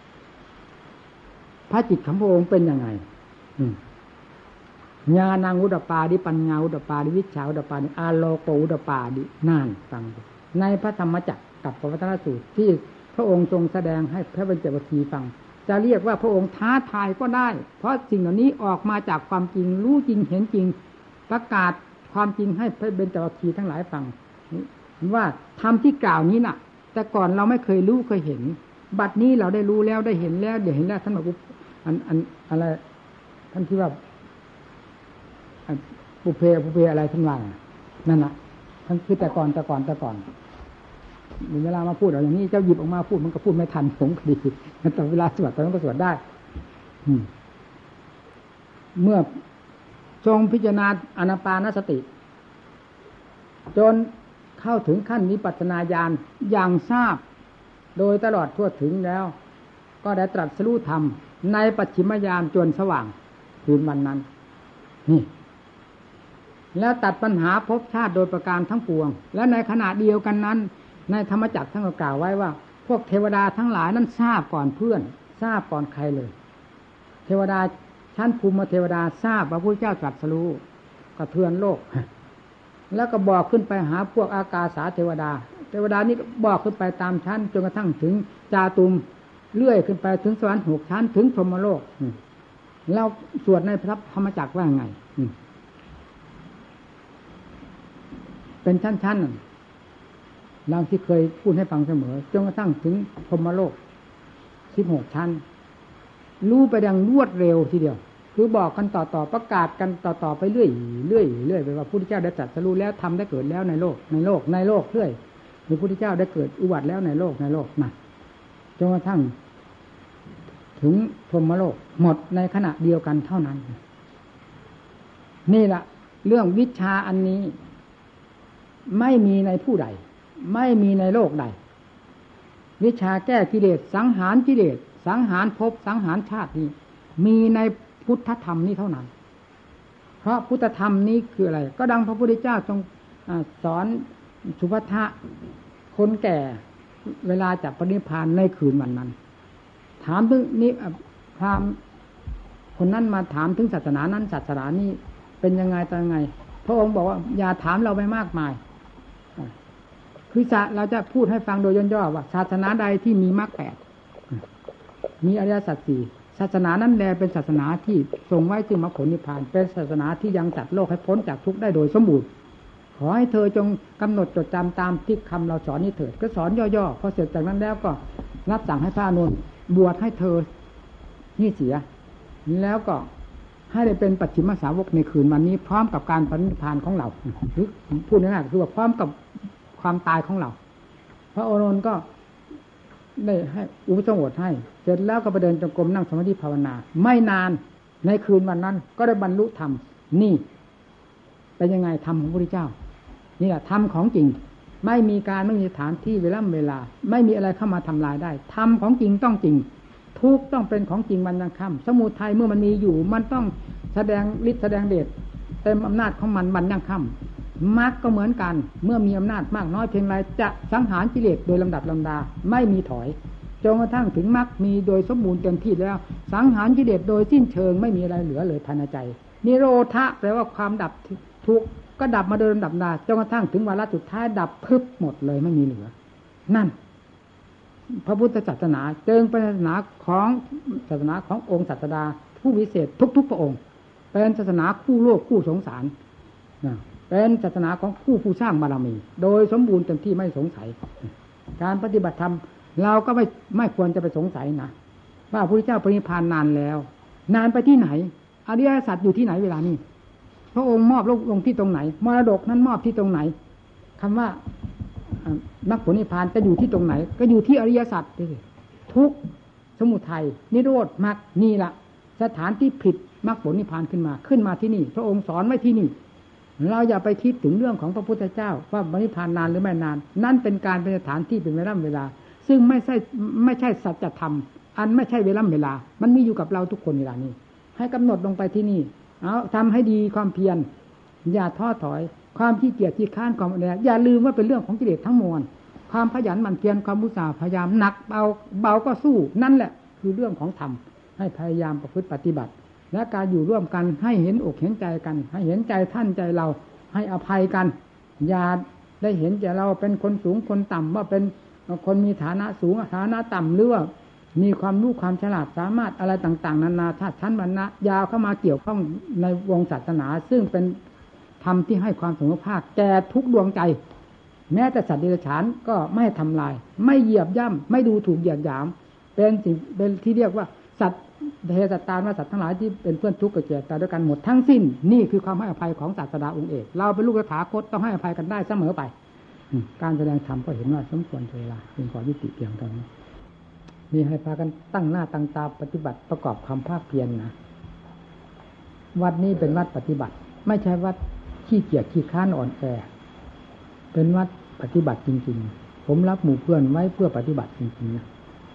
พระจิตของพระองค์เป็นยังไงญาณังอุดปาดิปัญญาอุดปาดิวิชชาอุดปาดิอาโลโกอุดปาดินั่นฟังในพระธรรมจักรกับปวัตตนสูตรที่พระองค์ทรงแสดงให้พระเบญจวัคคีย์ฟังจะเรียกว่าพระองค์ท้าทายก็ได้เพราะสิ่งเหล่านี้ออกมาจากความจริงรู้จริงเห็นจริงประกาศความจริงให้พระเบญจวัคคีย์ทั้งหลายฟังว่าธรรมที่กล่าวนี้น่ะแต่ก่อนเราไม่เคยรู้เคยเห็นบัดนี้เราได้รู้แล้วได้เห็นแล้วเดี๋ยวเห็นแล้วท่านบอกอันอันอะไรท่านที่ว่าปุเพปุเพอะไรทั้งหลายนั่นน่ะท่านคือแต่ก่อนแต่ก่อนแต่ก่อนมีเวลามาพูดเอาอย่างนี้เจ้าหยิบออกมาพูดมันก็พูดไม่ทันผมก็ดีแต่เวลาสวดไปมันก็สวดได้เมื่อทรงพิจารณาอานาปานสติจนเข้าถึงขั้นวิปัสสนาญาณอย่างทราบโดยตลอดทั่วถึงแล้วก็ได้ตรัสรู้ธรรมในปัจฉิมญาณจนสว่างคืนวันนั้นนี่แล้วตัดปัญหาภพชาติโดยประการทั้งปวงและในขณะเดียวกันนั้นในธรรมจักรท่านก็กล่าวไว้ว่าพวกเทวดาทั้งหลายนั้นทราบก่อนเพื่อนทราบก่อนใครเลยเทวดาชั้นภูมิเทวดาทราบว่าพระพุทธเจ้าตรัสรู้กระเทือนโลกแล้วก็บอกขึ้นไปหาพวกอากาสาเทวดาทวดานี่บอกขึ้นไปตามชั้นจนกระทั่งถึงจาตุมเลื่อยขึ้นไปถึงสวรรค์หกชั้นถึงพรหมโลกเราสวดในพระธรรมจักรว่าไงเป็นชั้นๆเราที่เคยพูดให้ฟังเสมอจนกระทั่งถึงพรหมโลกสิบหกชั้นรู้ไปดังรวดเร็วทีเดียวคือบอกกันต่อๆประกาศกันต่อๆไปเรื่อยเรื่อยเรื่อยไปว่าพระพุทธเจ้าได้ตรัสรู้แล้วทำได้เกิดแล้วในโลกในโลกในโลกเรื่อยพระพุทธเจ้าได้เกิดอุบัติแล้วในโลกในโลกนะจนกระทั่งถึงพรหมโลกหมดในขณะเดียวกันเท่านั้นนี่แหละเรื่องวิชาอันนี้ไม่มีในผู้ใดไม่มีในโลกใดวิชาแก้กิเลสสังหารกิเลสสังหารภพสังหารชาตินี้มีในพุทธธรรมนี้เท่านั้นเพราะพุทธธรรมนี้คืออะไรก็ดังพระพุทธเจ้าทรงสอนสุภัททะคนแก่เวลาจะปรินิพพานในคืนวันนั้นถามถึงนี้พราหมณ์คนนั้นมาถามถึงศาสนานั้นศาสนานี้เป็นยังไงตอนยังไงพระองค์บอกว่าอย่าถามเราไปมากมายคือเราจะพูดให้ฟังโดยย่อๆว่าศาสนาใดที่มีมรรคแปดมีอริยสัจสี่ศาสนานั้นแลเป็นศาสนาที่ทรงไว้ซึ่งมรรคผลนิพพานเป็นศาสนาที่ยังจัดโลกให้พ้นจากทุกข์ได้โดยสมบูรณ์ขอให้เธอจงกำหนดจดจำตามที่คำเราสอนนี้เถิดก็สอนย่อๆพอเสร็จจากนั้นแล้วก็รับสั่งให้พระอานนท์บวชให้เธอนี่เสียแล้วก็ให้ได้เป็นปัจฉิมสาวกในคืนวันนี้พร้อมกับการปรินิพพานของเราหรือพูดง่ายๆคือว่าพร้อมกับความตายของเราพระอานนท์ก็ได้ให้อุปสมบทให้เสร็จแล้วก็ไปเดินจงกรมนั่งสมาธิภาวนาไม่นานในคืนวันนั้นก็ได้บรรลุธรรมนี่เป็นยังไงธรรมของพระพุทธเจ้านี่แหละธรรมของจริงไม่มีการไม่มีสถานที่เวลาเวลาไม่มีอะไรเข้ามาทำลายได้ธรรมของจริงต้องจริงทุกต้องเป็นของจริงวันยังค่ำสมุทัยเมื่อมันมีอยู่มันต้องแสดงฤทธิ์แสดงเดชเต็มอำนาจของมันวันยังค่ำมรรคก็เหมือนกันเมื่อมีอำนาจมากน้อยเพียงไรจะสังหารกิเลสโดยลำดับลำดาไม่มีถอยจนกระทั่งถึงมรรคมีโดยสมบูรณ์เต็มที่แล้วสังหารกิเลสโดยสิ้นเชิงไม่มีอะไรเหลือเลยภายในใจนิโรธะแปลว่าความดับทุกข์ก็ดับมาโดยลำดับลำดาจนกระทั่งถึงวาระสุดท้ายดับพึบหมดเลยไม่มีเหลือนั่นพระพุทธศาสนาจึงเป็นศาสนาของศาสนาขององค์ศาสดาผู้วิเศษทุกๆพระองค์เป็นศาสนาคู่โลกคู่สงสารเป็นศาสนาของผู้ผู้สร้างบารมีโดยสมบูรณ์เต็มที่ไม่สงสัยการปฏิบัติธรรมเราก็ไม่ไม่ควรจะไปสงสัยนะว่าพระพุทธเจ้าปรินิพพานนานแล้วนานไปที่ไหนอริยสัจอยู่ที่ไหนเวลานี้พระองค์มอบลงที่ตรงไหนมรดกนั้นมอบที่ตรงไหนคำว่ามรรคผลนิพพานจะอยู่ที่ตรงไหนก็อยู่ที่อริยสัจทุกข์สมุทัยนิโรธมรรคนี่ละสถานที่ผิดมรรคผลนิพพานขึ้นมาขึ้นมาที่นี่พระองค์สอนไว้ที่นี่เราอย่าไปคิดถึงเรื่องของพระพุทธเจ้าว่าปรินิพพานนานหรือไม่นานนั่นเป็นการเป็นสถานที่เป็นเวลาเวลาซึ่งไม่ใช่ไม่ใช่สัจธรรมอันไม่ใช่เวลาเวลามันมีอยู่กับเราทุกคนเวลานี้ให้กำหนดลงไปที่นี่เอาทำให้ดีความเพียรอย่าท้อถอยความขี้เกียจขี้ค้านความอะไรอย่าลืมว่าเป็นเรื่องของกิเลสทั้งมวลความขยันหมั่นเพียรความมุสาพยายามหนักเบาเบาก็สู้นั่นแหละคือเรื่องของธรรมให้พยายามประพฤติปฏิบัติและการอยู่ร่วมกันให้เห็นอกเห็นใจกันให้เห็นใจท่านใจเราให้อภัยกันอย่าได้เห็นแก่เราเป็นคนสูงคนต่ำว่าเป็นคนมีฐานะสูงฐานะต่ำหรือว่ามีความรู้ความฉลาดสามารถอะไรต่างๆนานาชาติชั้นวรรณะยาวเข้ามาเกี่ยวข้องในวงศาสนาซึ่งเป็นธรรมที่ให้ความสมภาคแก่ทุกดวงใจแม้แต่สัตว์เดรัจฉานก็ไม่ทำลายไม่เหยียบย่ำไม่ดูถูกเหยียดหยามเป็นสิ่งเป็นที่เรียกว่าสัตว์เทสัตตานว่าสัตว์ทั้งหลายที่เป็นเพื่อนทุกข์กับแก่ตายด้วยกันหมดทั้งสิ้นนี่คือความให้อภัยของศาสดาองค์เอกเราเป็นลูกตถาคตต้องให้อภัยกันได้เสมอไปการแสดงธรรมก็เห็นว่าสมควรเวลาเป็นขอยุติเพียงเท่านี้นี่ให้พากันตั้งหน้าตั้งตาปฏิบัติประกอบความภาคเพียร นะวัดนี้เป็นวัดปฏิบัติไม่ใช่วัดขี้เกียจขี้ค้านอ่อนแอเป็นวัดปฏิบัติจริงๆผมรับหมู่เพื่อนไว้เพื่อปฏิบัติจริงๆนะ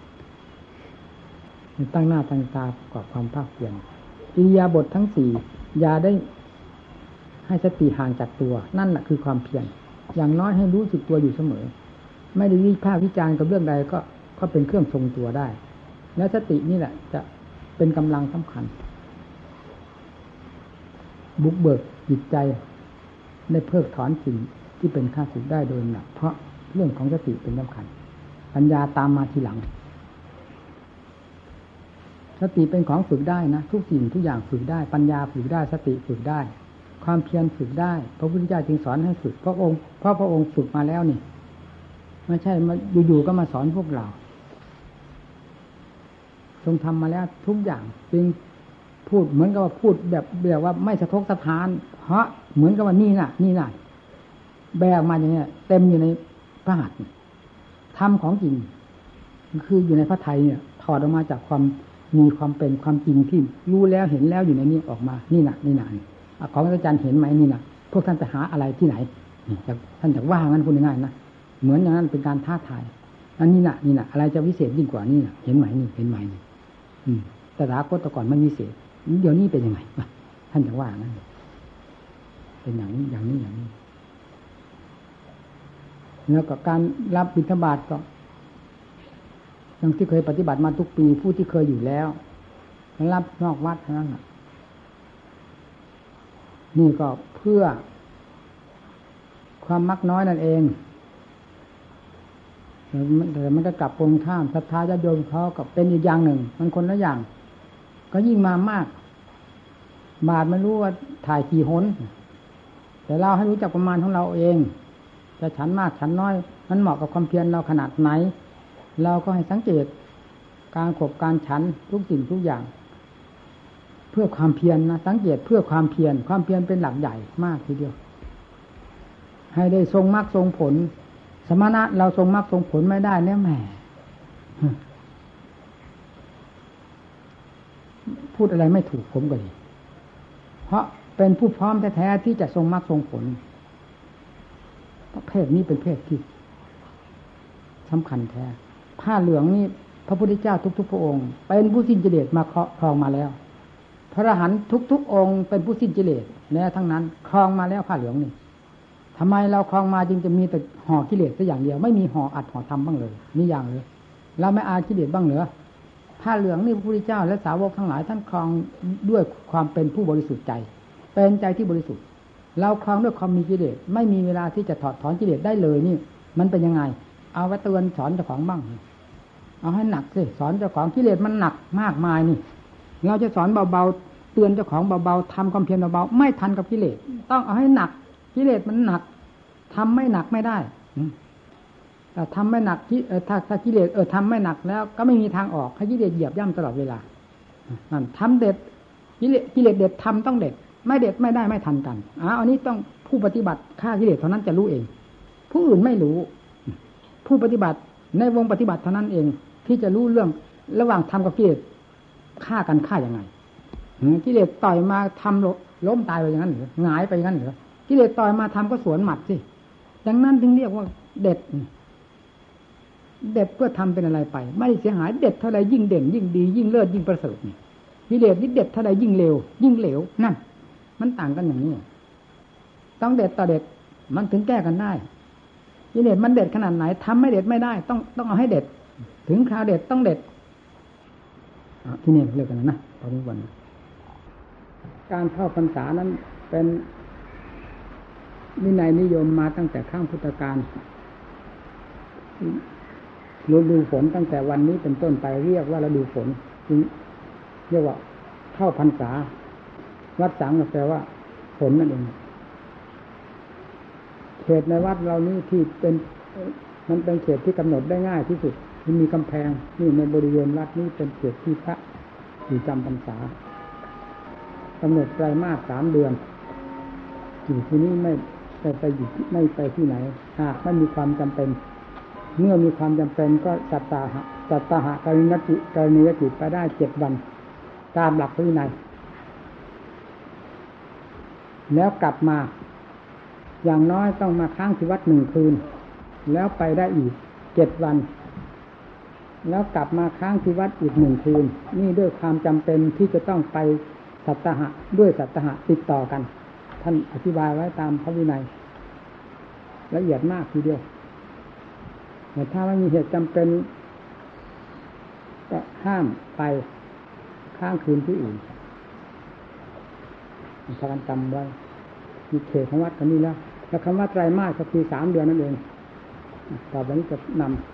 ตั้งหน้าตั้งตาประกอบความภาคเพียรอิริยาบถทั้งสี่อย่าได้ให้สติห่างจากตัวนั่นแหละคือความเพียรอย่างน้อยให้รู้สึกตัวอยู่เสมอไม่ได้วิพากษ์วิจารณ์กับเรื่องใดก็ก็เป็นเครื่องทรงตัวได้และสตินี่แหละจะเป็นกำลังสำคัญบุกเบิกจิตใจได้เพิกถอนสิ่งที่เป็นข้าศึกได้โดยหนักเพราะเรื่องของสติเป็นสำคัญปัญญาตามมาทีหลังสติเป็นของฝึกได้นะทุกสิ่งทุกอย่างฝึกได้ปัญญาฝึกได้สติฝึกได้ความเพียรฝึกได้พระพุทธเจ้าจึงสอนให้ฝึกเพราะองค์เพราะพระองค์ฝึกมาแล้วนี่ไม่ใช่มาอยู่ๆก็มาสอนพวกเราทรงทำมาแล้วทุกอย่างจึงพูดเหมือนกับว่าพูดแบบแบบว่าไม่สะทกสะท้านเพราะเหมือนกับว่านี่น่ะนี่น่ะแบกมาอย่างเงี้ยเต็มอยู่ในพระหัตถ์ธรรมของจริงคืออยู่ในพระทัยเนี่ยถอดออกมาจากความมีความเป็นความจริงที่รู้แล้วเห็นแล้วอยู่ในนี้ออกมานี่น่ะนี่น่ะของอาจารย์เห็นไหมนี่น่ะพวกท่านจะหาอะไรที่ไหนท่านจะว่างั้นพูดง่ายๆนะเหมือนอย่างนั้นเป็นการท้าทายอันนี้น่ะนี่น่ะอะไรจะวิเศษยิ่งกว่านี่น่ะเห็นไหมนี่เห็นไหมนี่อืมแต่ถาคตแต่ก่อนมันวิเศษเดี๋ยวนี้เป็นยังไงท่านจะว่างั้นเป็นอย่างนี้อย่างนี้อย่างนี้แล้วก็การรับบิณฑบาตก็อย่างที่เคยปฏิบัติมาทุกปีผู้ที่เคยอยู่แล้วรับนอกวัดเท่านั้นนี่ก็เพื่อความมักน้อยนั่นเองแต่มันก็กลับตรงข้ามศรัทธาญาติโยมเขากับเป็นอีกอย่างหนึ่งมันคนละอย่างก็ยิ่งมามากบาทไม่รู้ว่าถ่ายกี่หนแต่เราให้รู้จักประมาณของเราเองจะฉันมากฉันน้อยมันเหมาะกับความเพียรเราขนาดไหนเราก็ให้สังเกตการขบการฉันทุกสิ่งทุกอย่างเพื่อความเพียร นะสังเกตเพื่อความเพียรความเพียรเป็นหลักใหญ่มากทีเดียวให้ได้ทรงมรรคทรงผลสมณะเราทรงมรรคทรงผลไม่ได้เนี่ยแหมพูดอะไรไม่ถูกผมก็ดีเพราะเป็นผู้พร้อมแท้ๆที่จะทรงมรรคทรงผลประเภทนี้เป็นเพศที่สำคัญแท้ผ้าเหลืองนี่พระพุทธเจ้าทุกๆพระองค์เป็นผู้สิ้นกิเลสมาครองมาแล้วพระอรหันต์ทุกๆองค์เป็นผู้สิ้นกิเลสแม้ทั้งนั้นครองมาแล้วผ้าเหลืองนี่ทำไมเราครองมาจึงจะมีแต่ห่อกิเลสสักอย่างเดียวไม่มีห่ออัดห่อทำบ้างเลยนี่อย่างเลยเราไม่อากิเลสบ้างเหรอผ้าเหลืองนี่พระพุทธเจ้าและสาวกทั้งหลายท่านครองด้วยความเป็นผู้บริสุทธิ์ใจเป็นใจที่บริสุทธิ์เราครองด้วยความมีกิเลสไม่มีเวลาที่จะถอดถอนกิเลสได้เลยนี่มันเป็นยังไงเอาไว้เตือนสอนเจ้าของบ้างเอาให้หนักสิสอนเจ้าของกิเลสมันหนักมากมายนี่เราจะสอนเบาๆเตือนเจ้าของเบาๆทำความเพียรเบาๆไม่ทันกับกิเลสต้องเอาให้หนักกิเลสมันหนักทำไม่หนักไม่ได้แต่ทำไม่หนักถ้าถ้ากิเลสเออทำไม่หนักแล้วก็ไม่มีทางออกให้กิเลสเหยียบย่ำตลอดเวลานั่นทำเด็ดกิเลสกิเลสเด็ดทำต้องเด็ดไม่เด็ดไม่ได้ไม่ทันกันอ่าอันนี้ต้องผู้ปฏิบัติฆ่ากิเลสเท่านั้นจะรู้เองผู้อื่นไม่รู้ผู้ปฏิบัติในวงปฏิบัติเท่านั้นเองที่จะรู้เรื่องระหว่างทำกับกิเลสฆ่ากันฆ่ายังไงกิเลสต่อยมาทำล้มตายไปอย่างนั้นหรือหงายไปอย่างนั้นหรือกิเลสต่อยมาทำก็สวนหมัดสิดังนั้นถึงเรียกว่าเด็ดเด็ดเพื่อทำเป็นอะไรไปไม่ได้เสียหายเด็ดเท่าไรยิ่งเด่นยิ่งดียิ่งเลิศยิ่งประเสริฐนี่กิเลสนี่เด็ดเท่าไรยิ่งเลวยิ่งเหลวนั่นมันต่างกันอย่างนี้ต้องเด็ดต่อเด็ดมันถึงแก้กันได้กิเลสมันเด็ดขนาดไหนทำไม่เด็ดไม่ได้ต้องต้องเอาให้เด็ดถึงคราวเด็ดต้องเด็ดที่นี่เรียกกันนะตอนนี้วันการเข้าพรรษานั้นเป็นวินัยนิยมมาตั้งแต่ข้างพุทธกาลฤดูฝนตั้งแต่วันนี้เป็นต้นไปเรียกว่าฤดูฝนเรียกว่าเข้าพรรษาวัดสังก็แปลว่าฝนนั่นเองเขตในวัดเรานี้ที่เป็นมันเป็นเขตที่กำหนดได้ง่ายที่สุดที่มีกำแพงนี่ในบริเวณวัดนี้เป็นเขตที่พระอยู่จำพรรษากำหนดไตรมาสสามเดือนอยู่ที่นี่ไม่ไปไปอยู่ไม่ไปที่ไหนหากไม่มีความจำเป็นเมื่อมีความจำเป็นก็จัตตาหะจัตตาหะกรณียกิกรณียกิไปได้เจ็ดวันตามหลักพระวินัยแล้วกลับมาอย่างน้อยต้องมาค้างที่วัดหนึ่งคืนแล้วไปได้อีกเจ็ดวันแล้วกลับมาค้างที่วัดอีกหนึ่งคืนนี่ด้วยความจำเป็นที่จะต้องไปสัตตหะด้วยสัตตหะติดต่อกันท่านอธิบายไว้ตามพระวินัยละเอียดมากทีเดียวแต่ถ้าไม่มีเหตุจำเป็นก็ห้ามไปค้างคืนที่อื่นพากันจำไว้มีเขตของวัดกันนี่แล้วแล้วคำว่าไตรมาสก็คือสามเดือนนั่นเองต่อไปนี้จะนำ